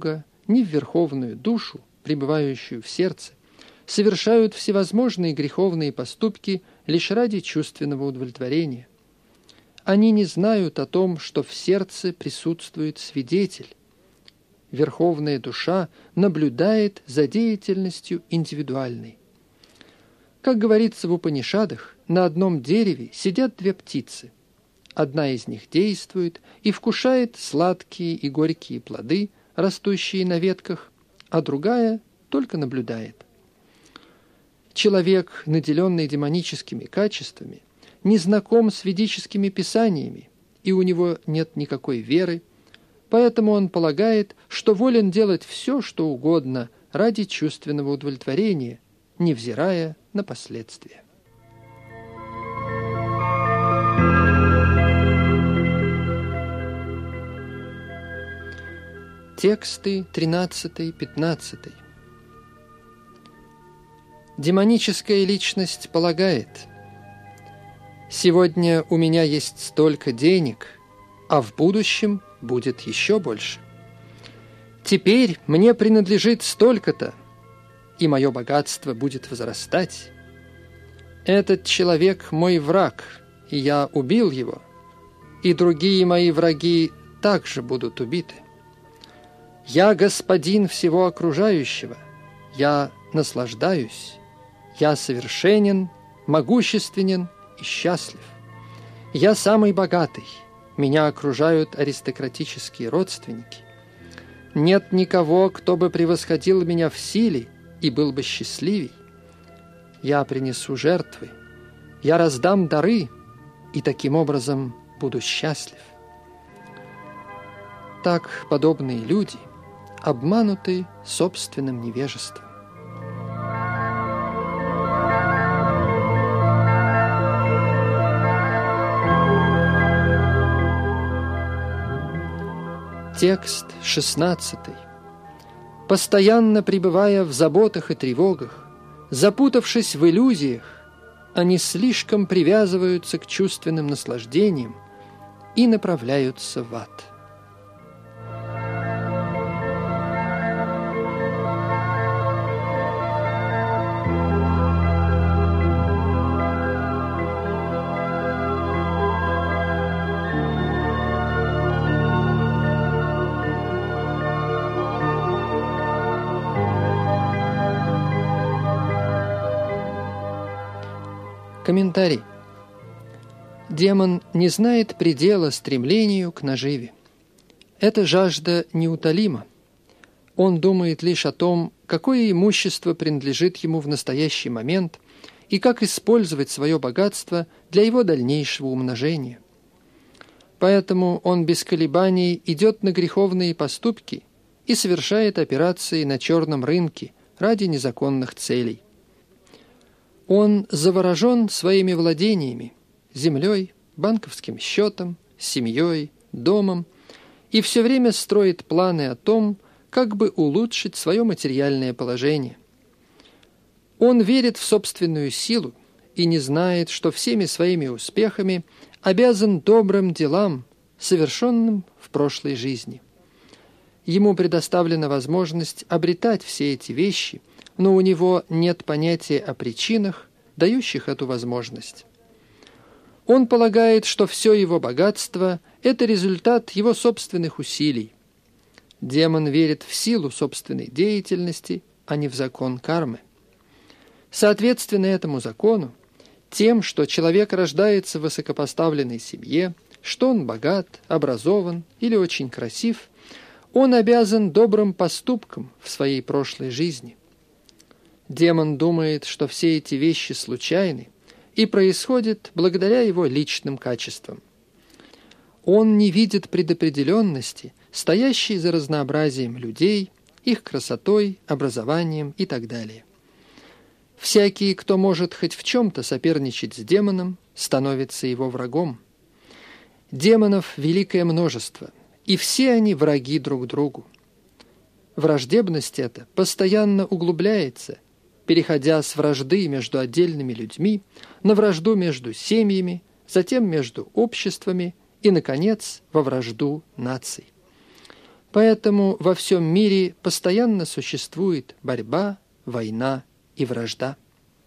ни в верховную душу, пребывающую в сердце, совершают всевозможные греховные поступки лишь ради чувственного удовлетворения. Они не знают о том, что в сердце присутствует свидетель. Верховная душа наблюдает за деятельностью индивидуальной. Как говорится в Упанишадах, на одном дереве сидят две птицы. Одна из них действует и вкушает сладкие и горькие плоды, растущие на ветках, а другая только наблюдает. Человек, наделенный демоническими качествами, не знаком с ведическими писаниями, и у него нет никакой веры, поэтому он полагает, что волен делать все, что угодно ради чувственного удовлетворения, невзирая на последствия. Тексты тринадцатый-пятнадцатый. Демоническая личность полагает: «Сегодня у меня есть столько денег, а в будущем будет еще больше. Теперь мне принадлежит столько-то, и мое богатство будет возрастать. Этот человек мой враг, и я убил его, и другие мои враги также будут убиты. Я господин всего окружающего, я наслаждаюсь, я совершенен, могущественен и счастлив. Я самый богатый, меня окружают аристократические родственники. Нет никого, кто бы превосходил меня в силе и был бы счастливей. Я принесу жертвы, я раздам дары, и таким образом буду счастлив». Так подобные люди обмануты собственным невежеством. Текст шестнадцатый. Постоянно пребывая в заботах и тревогах, запутавшись в иллюзиях, они слишком привязываются к чувственным наслаждениям и направляются в ад. Комментарий. Демон не знает предела стремлению к наживе. Эта жажда неутолима. Он думает лишь о том, какое имущество принадлежит ему в настоящий момент и как использовать свое богатство для его дальнейшего умножения. Поэтому он без колебаний идет на греховные поступки и совершает операции на черном рынке ради незаконных целей. Он заворожен своими владениями, землей, банковским счетом, семьей, домом и все время строит планы о том, как бы улучшить свое материальное положение. Он верит в собственную силу и не знает, что всеми своими успехами обязан добрым делам, совершенным в прошлой жизни. Ему предоставлена возможность обретать все эти вещи, но у него нет понятия о причинах, дающих эту возможность. Он полагает, что все его богатство – это результат его собственных усилий. Демон верит в силу собственной деятельности, а не в закон кармы. Соответственно этому закону, тем, что человек рождается в высокопоставленной семье, что он богат, образован или очень красив, он обязан добрым поступкам в своей прошлой жизни. Демон думает, что все эти вещи случайны и происходят благодаря его личным качествам. Он не видит предопределенности, стоящей за разнообразием людей, их красотой, образованием и так далее. Всякий, кто может хоть в чем-то соперничать с демоном, становится его врагом. Демонов великое множество, и все они враги друг другу. Враждебность эта постоянно углубляется, переходя с вражды между отдельными людьми на вражду между семьями, затем между обществами и, наконец, во вражду наций. Поэтому во всем мире постоянно существует борьба, война и вражда.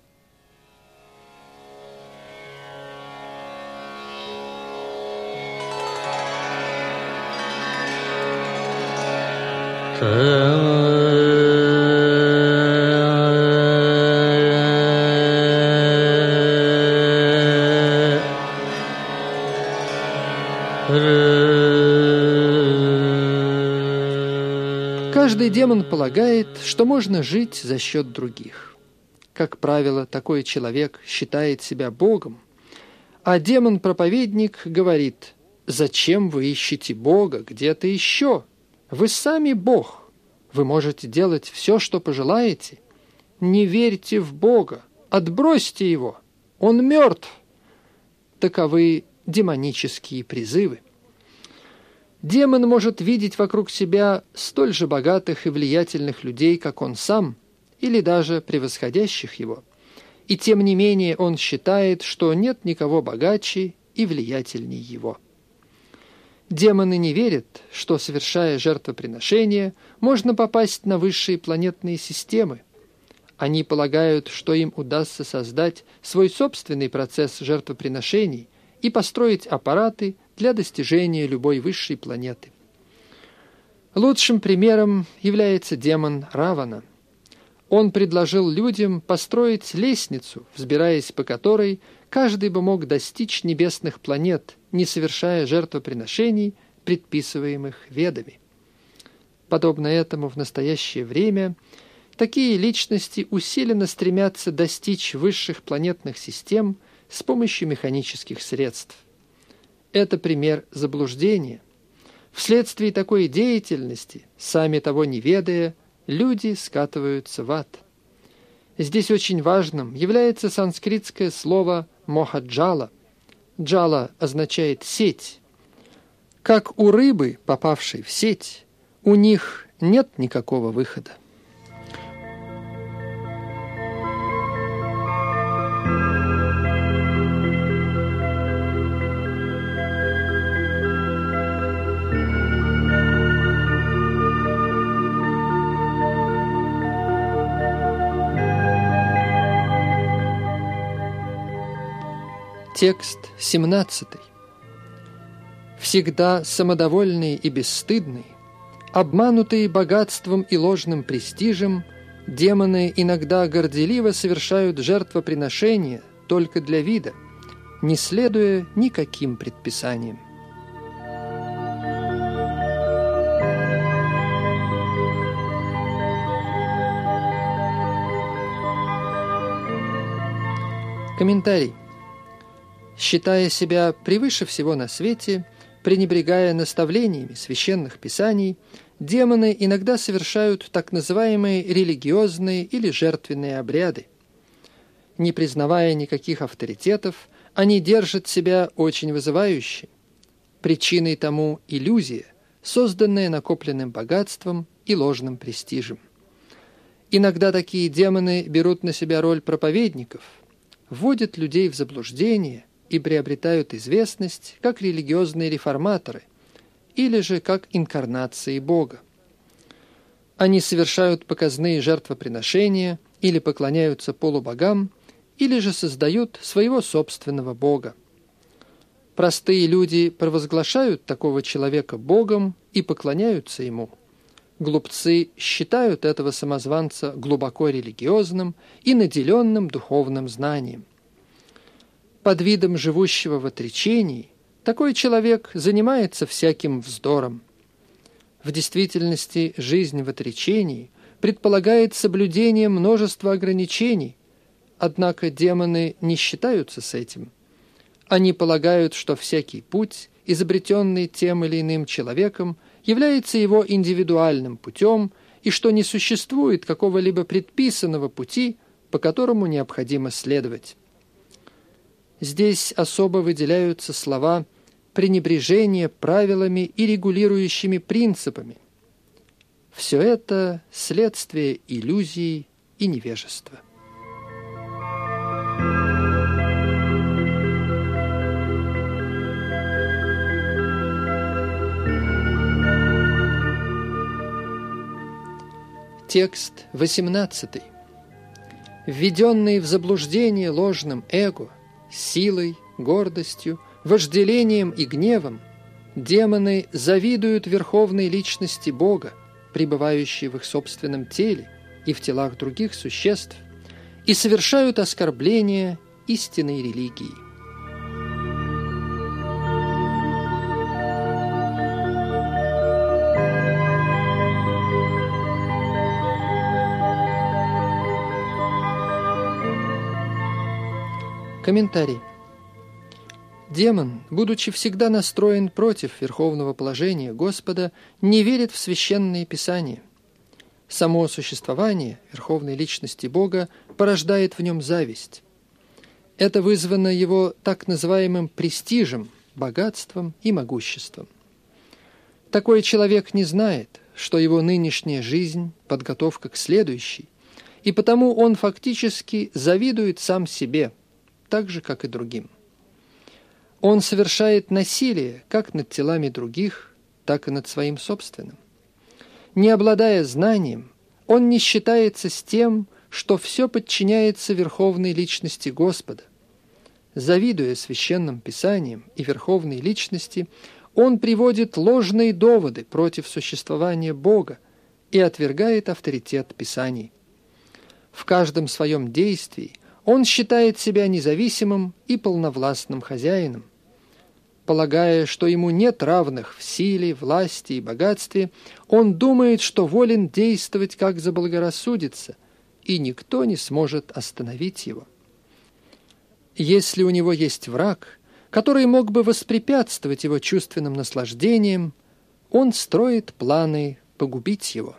Каждый демон полагает, что можно жить за счет других. Как правило, такой человек считает себя Богом, а демон-проповедник говорит: «Зачем вы ищете Бога где-то еще? Вы сами Бог. Вы можете делать все, что пожелаете. Не верьте в Бога, отбросьте Его. Он мертв». Таковы демонические призывы. Демон может видеть вокруг себя столь же богатых и влиятельных людей, как он сам, или даже превосходящих его. И тем не менее он считает, что нет никого богаче и влиятельнее его. Демоны не верят, что, совершая жертвоприношения, можно попасть на высшие планетные системы. Они полагают, что им удастся создать свой собственный процесс жертвоприношений и построить аппараты для достижения любой высшей планеты. Лучшим примером является демон Равана. Он предложил людям построить лестницу, взбираясь по которой каждый бы мог достичь небесных планет, не совершая жертвоприношений, предписываемых Ведами. Подобно этому в настоящее время такие личности усиленно стремятся достичь высших планетных систем с помощью механических средств. Это пример заблуждения. Вследствие такой деятельности, сами того не ведая, люди скатываются в ад. Здесь очень важным является санскритское слово «мохаджала». «Джала» означает «сеть». Как у рыбы, попавшей в сеть, у них нет никакого выхода. Текст семнадцатый. Всегда самодовольные и бесстыдные, обманутые богатством и ложным престижем, демоны иногда горделиво совершают жертвоприношения только для вида, не следуя никаким предписаниям. Комментарий. Считая себя превыше всего на свете, пренебрегая наставлениями священных писаний, демоны иногда совершают так называемые религиозные или жертвенные обряды. Не признавая никаких авторитетов, они держат себя очень вызывающе. Причиной тому иллюзия, созданная накопленным богатством и ложным престижем. Иногда такие демоны берут на себя роль проповедников, вводят людей в заблуждение и приобретают известность как религиозные реформаторы или же как инкарнации Бога. Они совершают показные жертвоприношения или поклоняются полубогам, или же создают своего собственного Бога. Простые люди провозглашают такого человека Богом и поклоняются ему. Глупцы считают этого самозванца глубоко религиозным и наделенным духовным знанием. Под видом живущего в отречении такой человек занимается всяким вздором. В действительности жизнь в отречении предполагает соблюдение множества ограничений, однако демоны не считаются с этим. Они полагают, что всякий путь, изобретенный тем или иным человеком, является его индивидуальным путем и что не существует какого-либо предписанного пути, по которому необходимо следовать. Здесь особо выделяются слова пренебрежение правилами и регулирующими принципами. Все это следствие иллюзии и невежества. Текст восемнадцатый. Введенные в заблуждение ложным эго, силой, гордостью, вожделением и гневом, демоны завидуют верховной личности Бога, пребывающей в их собственном теле и в телах других существ, и совершают оскорбление истинной религии. Комментарий. Демон, будучи всегда настроен против верховного положения Господа, не верит в священные писания. Само существование верховной личности Бога порождает в нем зависть. Это вызвано его так называемым престижем, богатством и могуществом. Такой человек не знает, что его нынешняя жизнь – подготовка к следующей, и потому он фактически завидует сам себе, так же, как и другим. Он совершает насилие как над телами других, так и над своим собственным. Не обладая знанием, он не считается с тем, что все подчиняется верховной личности Господа. Завидуя священным писаниям и верховной личности, он приводит ложные доводы против существования Бога и отвергает авторитет Писаний. В каждом своем действии он считает себя независимым и полновластным хозяином. Полагая, что ему нет равных в силе, власти и богатстве, он думает, что волен действовать, как заблагорассудится, и никто не сможет остановить его. Если у него есть враг, который мог бы воспрепятствовать его чувственным наслаждениям, он строит планы погубить его.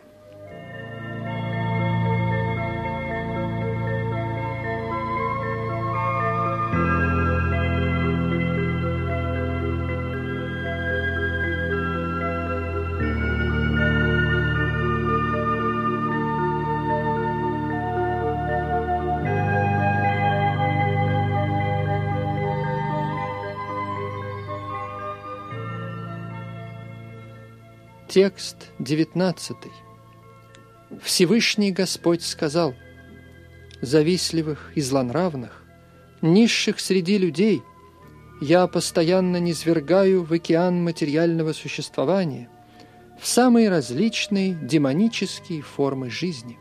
Текст девятнадцатый. Всевышний Господь сказал: «Завистливых и злонравных, низших среди людей я постоянно низвергаю в океан материального существования, в самые различные демонические формы жизни».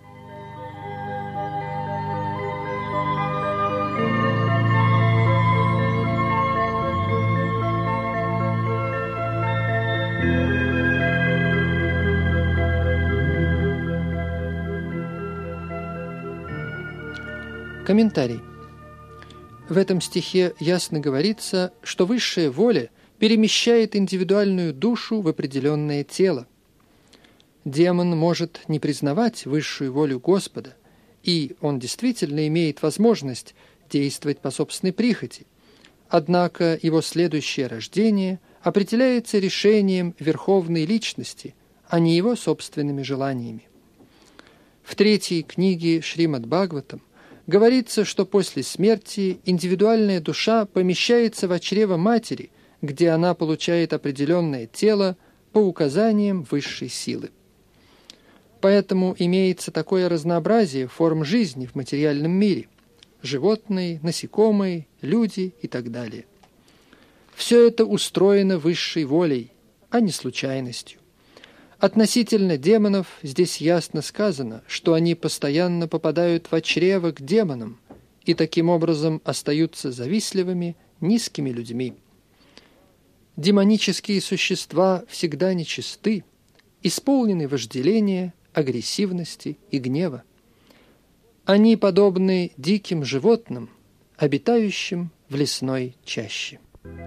Комментарий. В этом стихе ясно говорится, что высшая воля перемещает индивидуальную душу в определенное тело. Демон может не признавать высшую волю Господа, и он действительно имеет возможность действовать по собственной прихоти. Однако его следующее рождение определяется решением верховной личности, а не его собственными желаниями. В третьей книге Шримад-Бхагаватам говорится, что после смерти индивидуальная душа помещается в чрево матери, где она получает определенное тело по указаниям высшей силы. Поэтому имеется такое разнообразие форм жизни в материальном мире – животные, насекомые, люди и так далее. Все это устроено высшей волей, а не случайностью. Относительно демонов здесь ясно сказано, что они постоянно попадают в чрево к демонам и таким образом остаются завистливыми, низкими людьми. Демонические существа всегда нечисты, исполнены вожделения, агрессивности и гнева. Они подобны диким животным, обитающим в лесной чаще.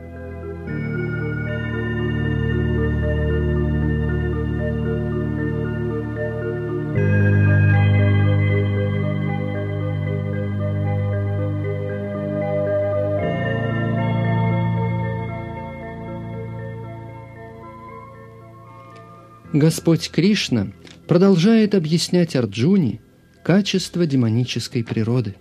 Господь Кришна продолжает объяснять Арджуне качество демонической природы.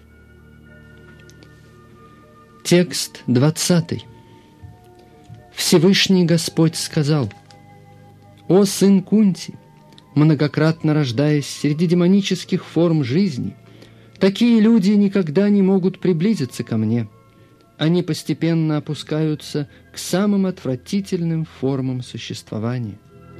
Текст двадцатый. Всевышний Господь сказал: «О сын Кунти, многократно рождаясь среди демонических форм жизни, такие люди никогда не могут приблизиться ко мне. Они постепенно опускаются к самым отвратительным формам существования.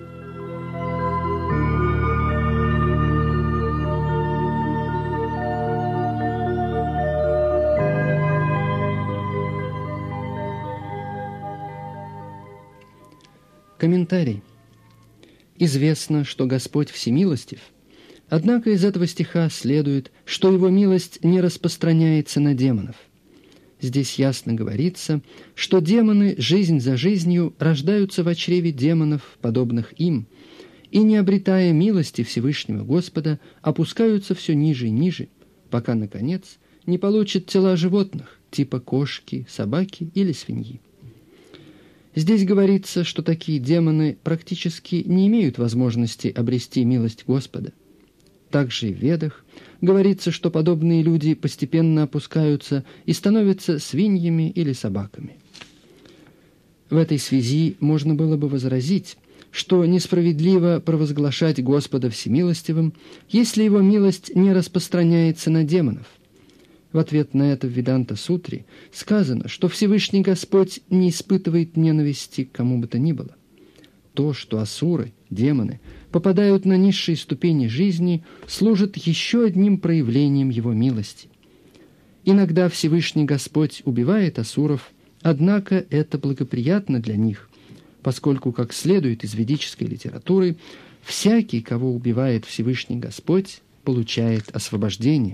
Комментарий. Известно, что Господь всемилостив, однако из этого стиха следует, что Его милость не распространяется на демонов. Здесь ясно говорится, что демоны жизнь за жизнью рождаются в чреве демонов, подобных им, и, не обретая милости Всевышнего Господа, опускаются все ниже и ниже, пока, наконец, не получат тела животных, типа кошки, собаки или свиньи. Здесь говорится, что такие демоны практически не имеют возможности обрести милость Господа. Также и в Ведах говорится, что подобные люди постепенно опускаются и становятся свиньями или собаками. В этой связи можно было бы возразить, что несправедливо провозглашать Господа всемилостивым, если Его милость не распространяется на демонов. В ответ на это в Веданта-сутре сказано, что Всевышний Господь не испытывает ненависти к кому бы то ни было. То, что асуры, демоны, попадают на низшие ступени жизни, служит еще одним проявлением Его милости. Иногда Всевышний Господь убивает асуров, однако это благоприятно для них, поскольку, как следует из ведической литературы, всякий, кого убивает Всевышний Господь, получает освобождение.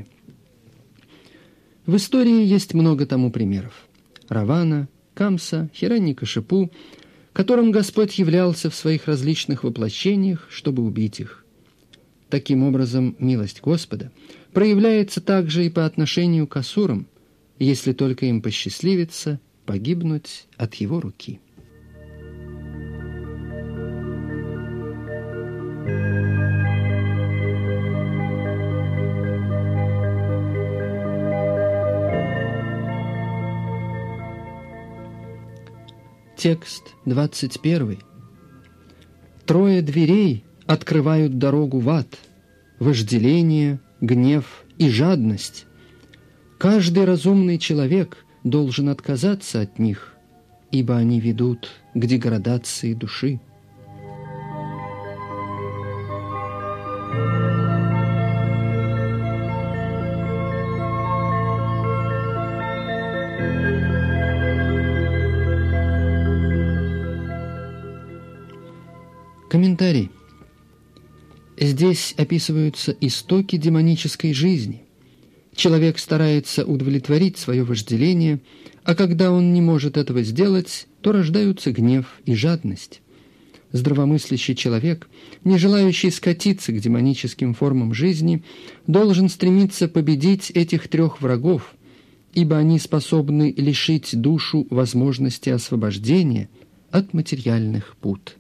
В истории есть много тому примеров. Равана, Камса, Хираньякашипу, которым Господь являлся в своих различных воплощениях, чтобы убить их. Таким образом, милость Господа проявляется также и по отношению к асурам, если только им посчастливится погибнуть от Его руки. Текст двадцать первый. Трое дверей открывают дорогу в ад: вожделение, гнев и жадность. Каждый разумный человек должен отказаться от них, ибо они ведут к деградации души. Комментарий. Здесь описываются истоки демонической жизни. Человек старается удовлетворить свое вожделение, а когда он не может этого сделать, то рождаются гнев и жадность. Здравомыслящий человек, не желающий скатиться к демоническим формам жизни, должен стремиться победить этих трех врагов, ибо они способны лишить душу возможности освобождения от материальных пут.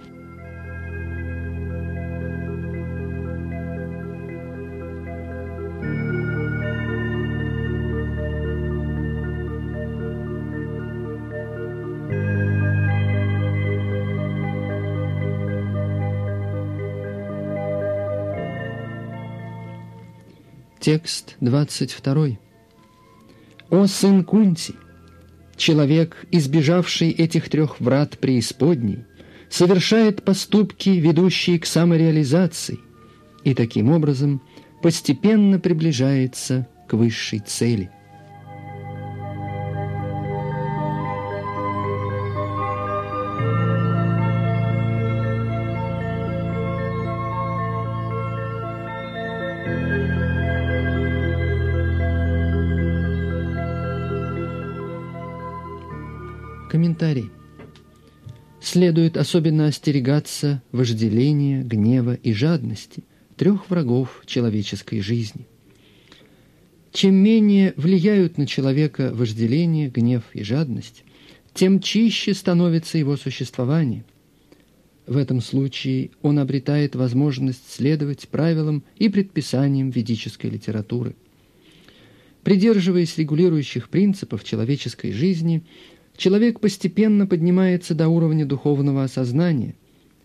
Текст двадцать второй. «О сын Кунти! Человек, избежавший этих трех врат преисподней, совершает поступки, ведущие к самореализации, и таким образом постепенно приближается к высшей цели». Комментарий. Следует особенно остерегаться вожделения, гнева и жадности, трех врагов человеческой жизни. Чем менее влияют на человека вожделение, гнев и жадность, тем чище становится его существование. В этом случае он обретает возможность следовать правилам и предписаниям ведической литературы. Придерживаясь регулирующих принципов человеческой жизни, человек постепенно поднимается до уровня духовного осознания.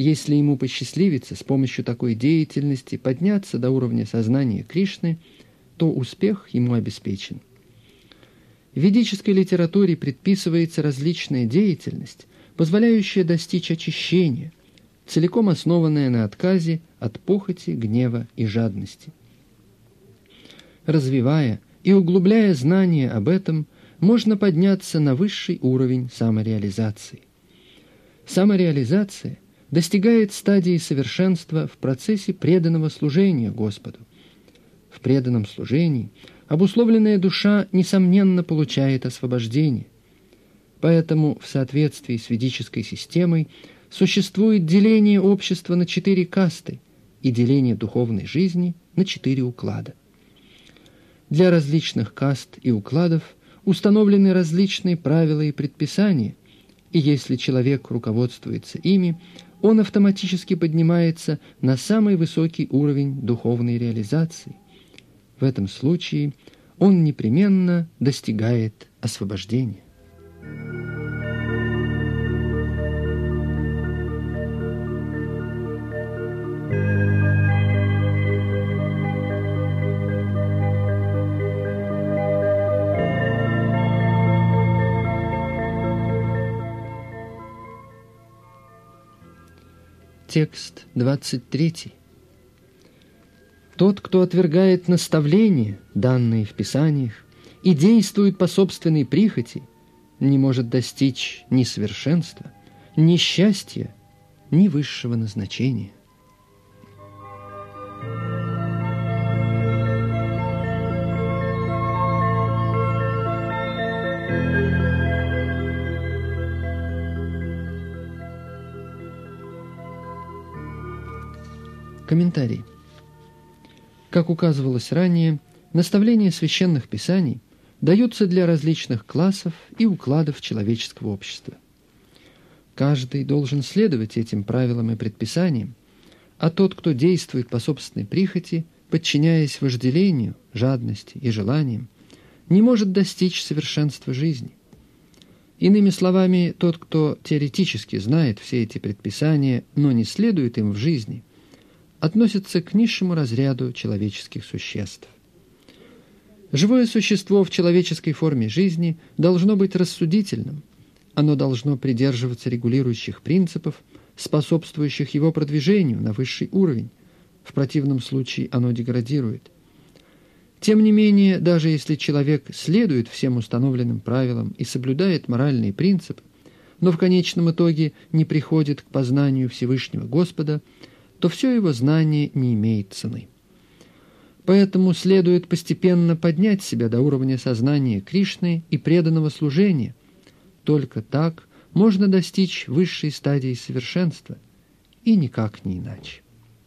Если ему посчастливится с помощью такой деятельности подняться до уровня сознания Кришны, то успех ему обеспечен. В ведической литературе предписывается различная деятельность, позволяющая достичь очищения, целиком основанная на отказе от похоти, гнева и жадности. Развивая и углубляя знания об этом, можно подняться на высший уровень самореализации. Самореализация достигает стадии совершенства в процессе преданного служения Господу. В преданном служении обусловленная душа, несомненно, получает освобождение. Поэтому в соответствии с ведической системой существует деление общества на четыре касты и деление духовной жизни на четыре уклада. Для различных каст и укладов установлены различные правила и предписания, и если человек руководствуется ими, он автоматически поднимается на самый высокий уровень духовной реализации. В этом случае он непременно достигает освобождения. Текст двадцать третий. Тот, кто отвергает наставления, данные в Писаниях, и действует по собственной прихоти, не может достичь ни совершенства, ни счастья, ни высшего назначения. Комментарий. Как указывалось ранее, наставления священных писаний даются для различных классов и укладов человеческого общества. Каждый должен следовать этим правилам и предписаниям, а тот, кто действует по собственной прихоти, подчиняясь вожделению, жадности и желаниям, не может достичь совершенства жизни. Иными словами, тот, кто теоретически знает все эти предписания, но не следует им в жизни, относится к низшему разряду человеческих существ. Живое существо в человеческой форме жизни должно быть рассудительным, оно должно придерживаться регулирующих принципов, способствующих его продвижению на высший уровень, в противном случае оно деградирует. Тем не менее, даже если человек следует всем установленным правилам и соблюдает моральные принципы, но в конечном итоге не приходит к познанию Всевышнего Господа, то все его знание не имеет цены. Поэтому следует постепенно поднять себя до уровня сознания Кришны и преданного служения. Только так можно достичь высшей стадии совершенства, и никак не иначе.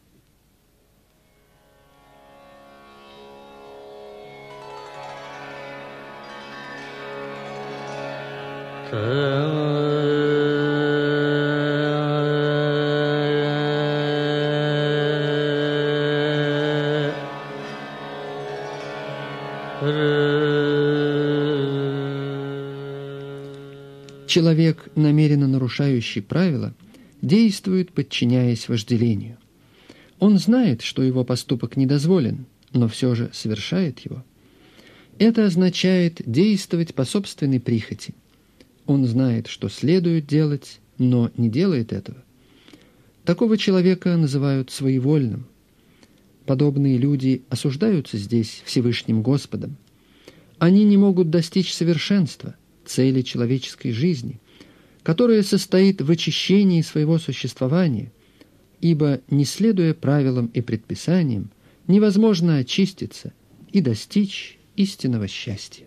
Человек, намеренно нарушающий правила, действует, подчиняясь вожделению. Он знает, что его поступок недозволен, но все же совершает его. Это означает действовать по собственной прихоти. Он знает, что следует делать, но не делает этого. Такого человека называют своевольным. Подобные люди осуждаются здесь Всевышним Господом. Они не могут достичь совершенства, цели человеческой жизни, которая состоит в очищении своего существования, ибо, не следуя правилам и предписаниям, невозможно очиститься и достичь истинного счастья.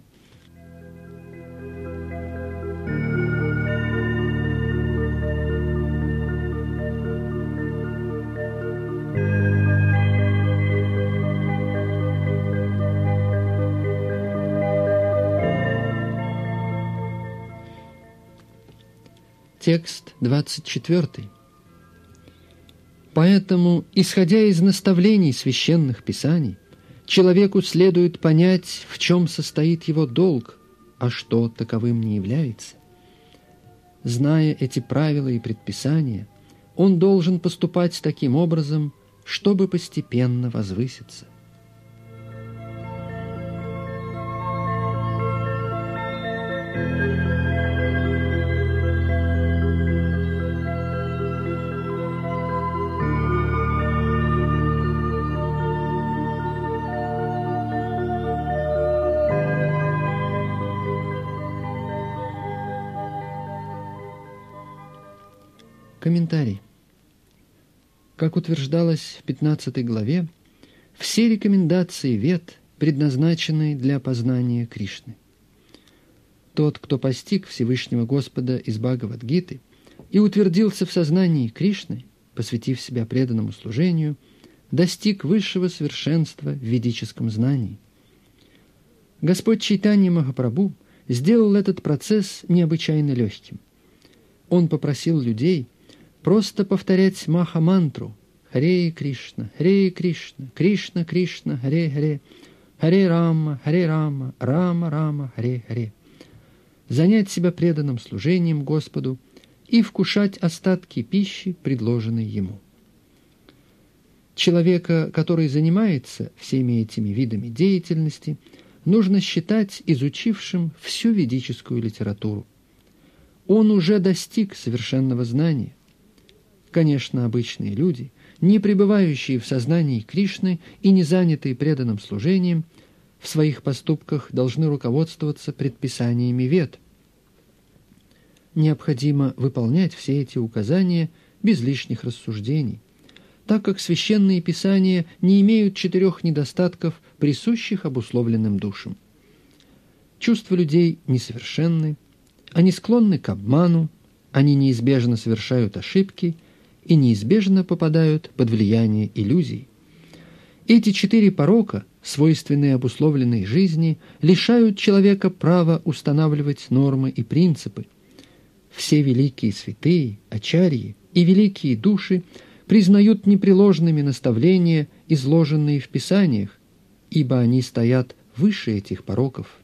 Текст двадцать четвёртый. Поэтому, исходя из наставлений священных писаний, человеку следует понять, в чем состоит его долг, а что таковым не является. Зная эти правила и предписания, он должен поступать таким образом, чтобы постепенно возвыситься. Комментарий. Как утверждалось в пятнадцатой главе, все рекомендации Вед предназначены для познания Кришны. Тот, кто постиг Всевышнего Господа из Бхагавад-гиты и утвердился в сознании Кришны, посвятив себя преданному служению, достиг высшего совершенства в ведическом знании. Господь Чайтанья Махапрабху сделал этот процесс необычайно легким. Он попросил людей просто повторять маха-мантру «Харе Кришна, Харе Кришна, Кришна Кришна, Харе Харе, Харе Рама, Харе Рама, Рама Рама, Харе Харе», занять себя преданным служением Господу и вкушать остатки пищи, предложенной ему. Человека, который занимается всеми этими видами деятельности, нужно считать изучившим всю ведическую литературу. Он уже достиг совершенного знания. Конечно, обычные люди, не пребывающие в сознании Кришны и не занятые преданным служением, в своих поступках должны руководствоваться предписаниями Вед. Необходимо выполнять все эти указания без лишних рассуждений, так как священные писания не имеют четырех недостатков, присущих обусловленным душам. Чувства людей несовершенны, они склонны к обману, они неизбежно совершают ошибки и неизбежно попадают под влияние иллюзий. Эти четыре порока, свойственные обусловленной жизни, лишают человека права устанавливать нормы и принципы. Все великие святые, ачарьи и великие души признают непреложными наставления, изложенные в Писаниях, ибо они стоят выше этих пороков.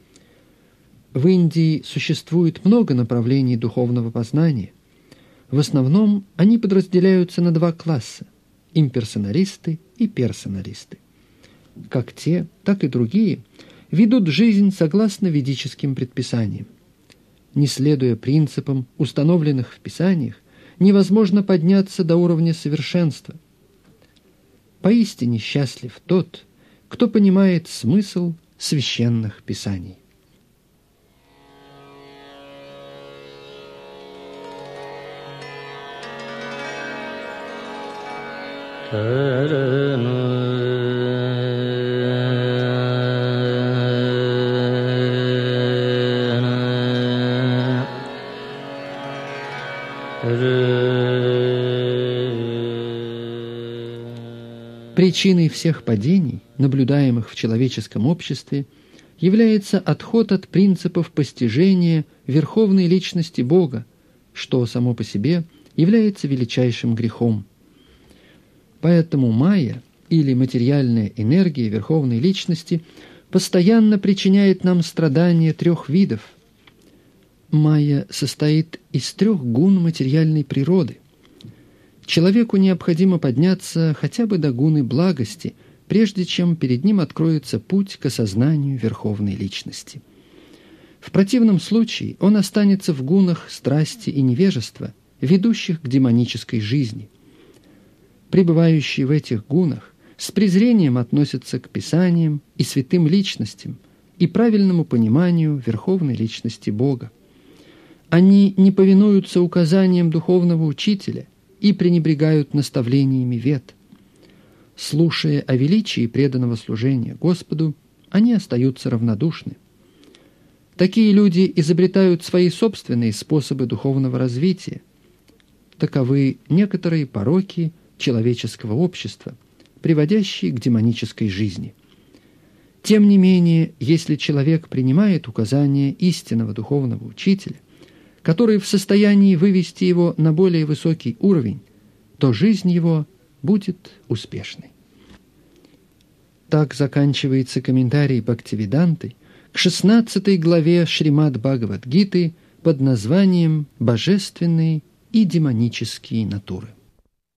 В Индии существует много направлений духовного познания. В основном они подразделяются на два класса – имперсоналисты и персоналисты. Как те, так и другие ведут жизнь согласно ведическим предписаниям. Не следуя принципам, установленных в Писаниях, невозможно подняться до уровня совершенства. Поистине счастлив тот, кто понимает смысл священных Писаний. Причиной всех падений, наблюдаемых в человеческом обществе, является отход от принципов постижения верховной личности Бога, что само по себе является величайшим грехом. Поэтому майя, или материальная энергия верховной личности, постоянно причиняет нам страдания трех видов. Майя состоит из трех гун материальной природы. Человеку необходимо подняться хотя бы до гуны благости, прежде чем перед ним откроется путь к осознанию верховной личности. В противном случае он останется в гунах страсти и невежества, ведущих к демонической жизни. Пребывающие в этих гунах с презрением относятся к писаниям и святым личностям и правильному пониманию верховной личности Бога. Они не повинуются указаниям духовного учителя и пренебрегают наставлениями Вед. Слушая о величии преданного служения Господу, они остаются равнодушны. Такие люди изобретают свои собственные способы духовного развития. Таковы некоторые пороки человеческого общества, приводящие к демонической жизни. Тем не менее, если человек принимает указания истинного духовного учителя, который в состоянии вывести его на более высокий уровень, то жизнь его будет успешной. Так заканчивается комментарий Бхактивиданты к шестнадцатой главе Шримад Бхагавад-гиты под названием «Божественный и демонические натуры.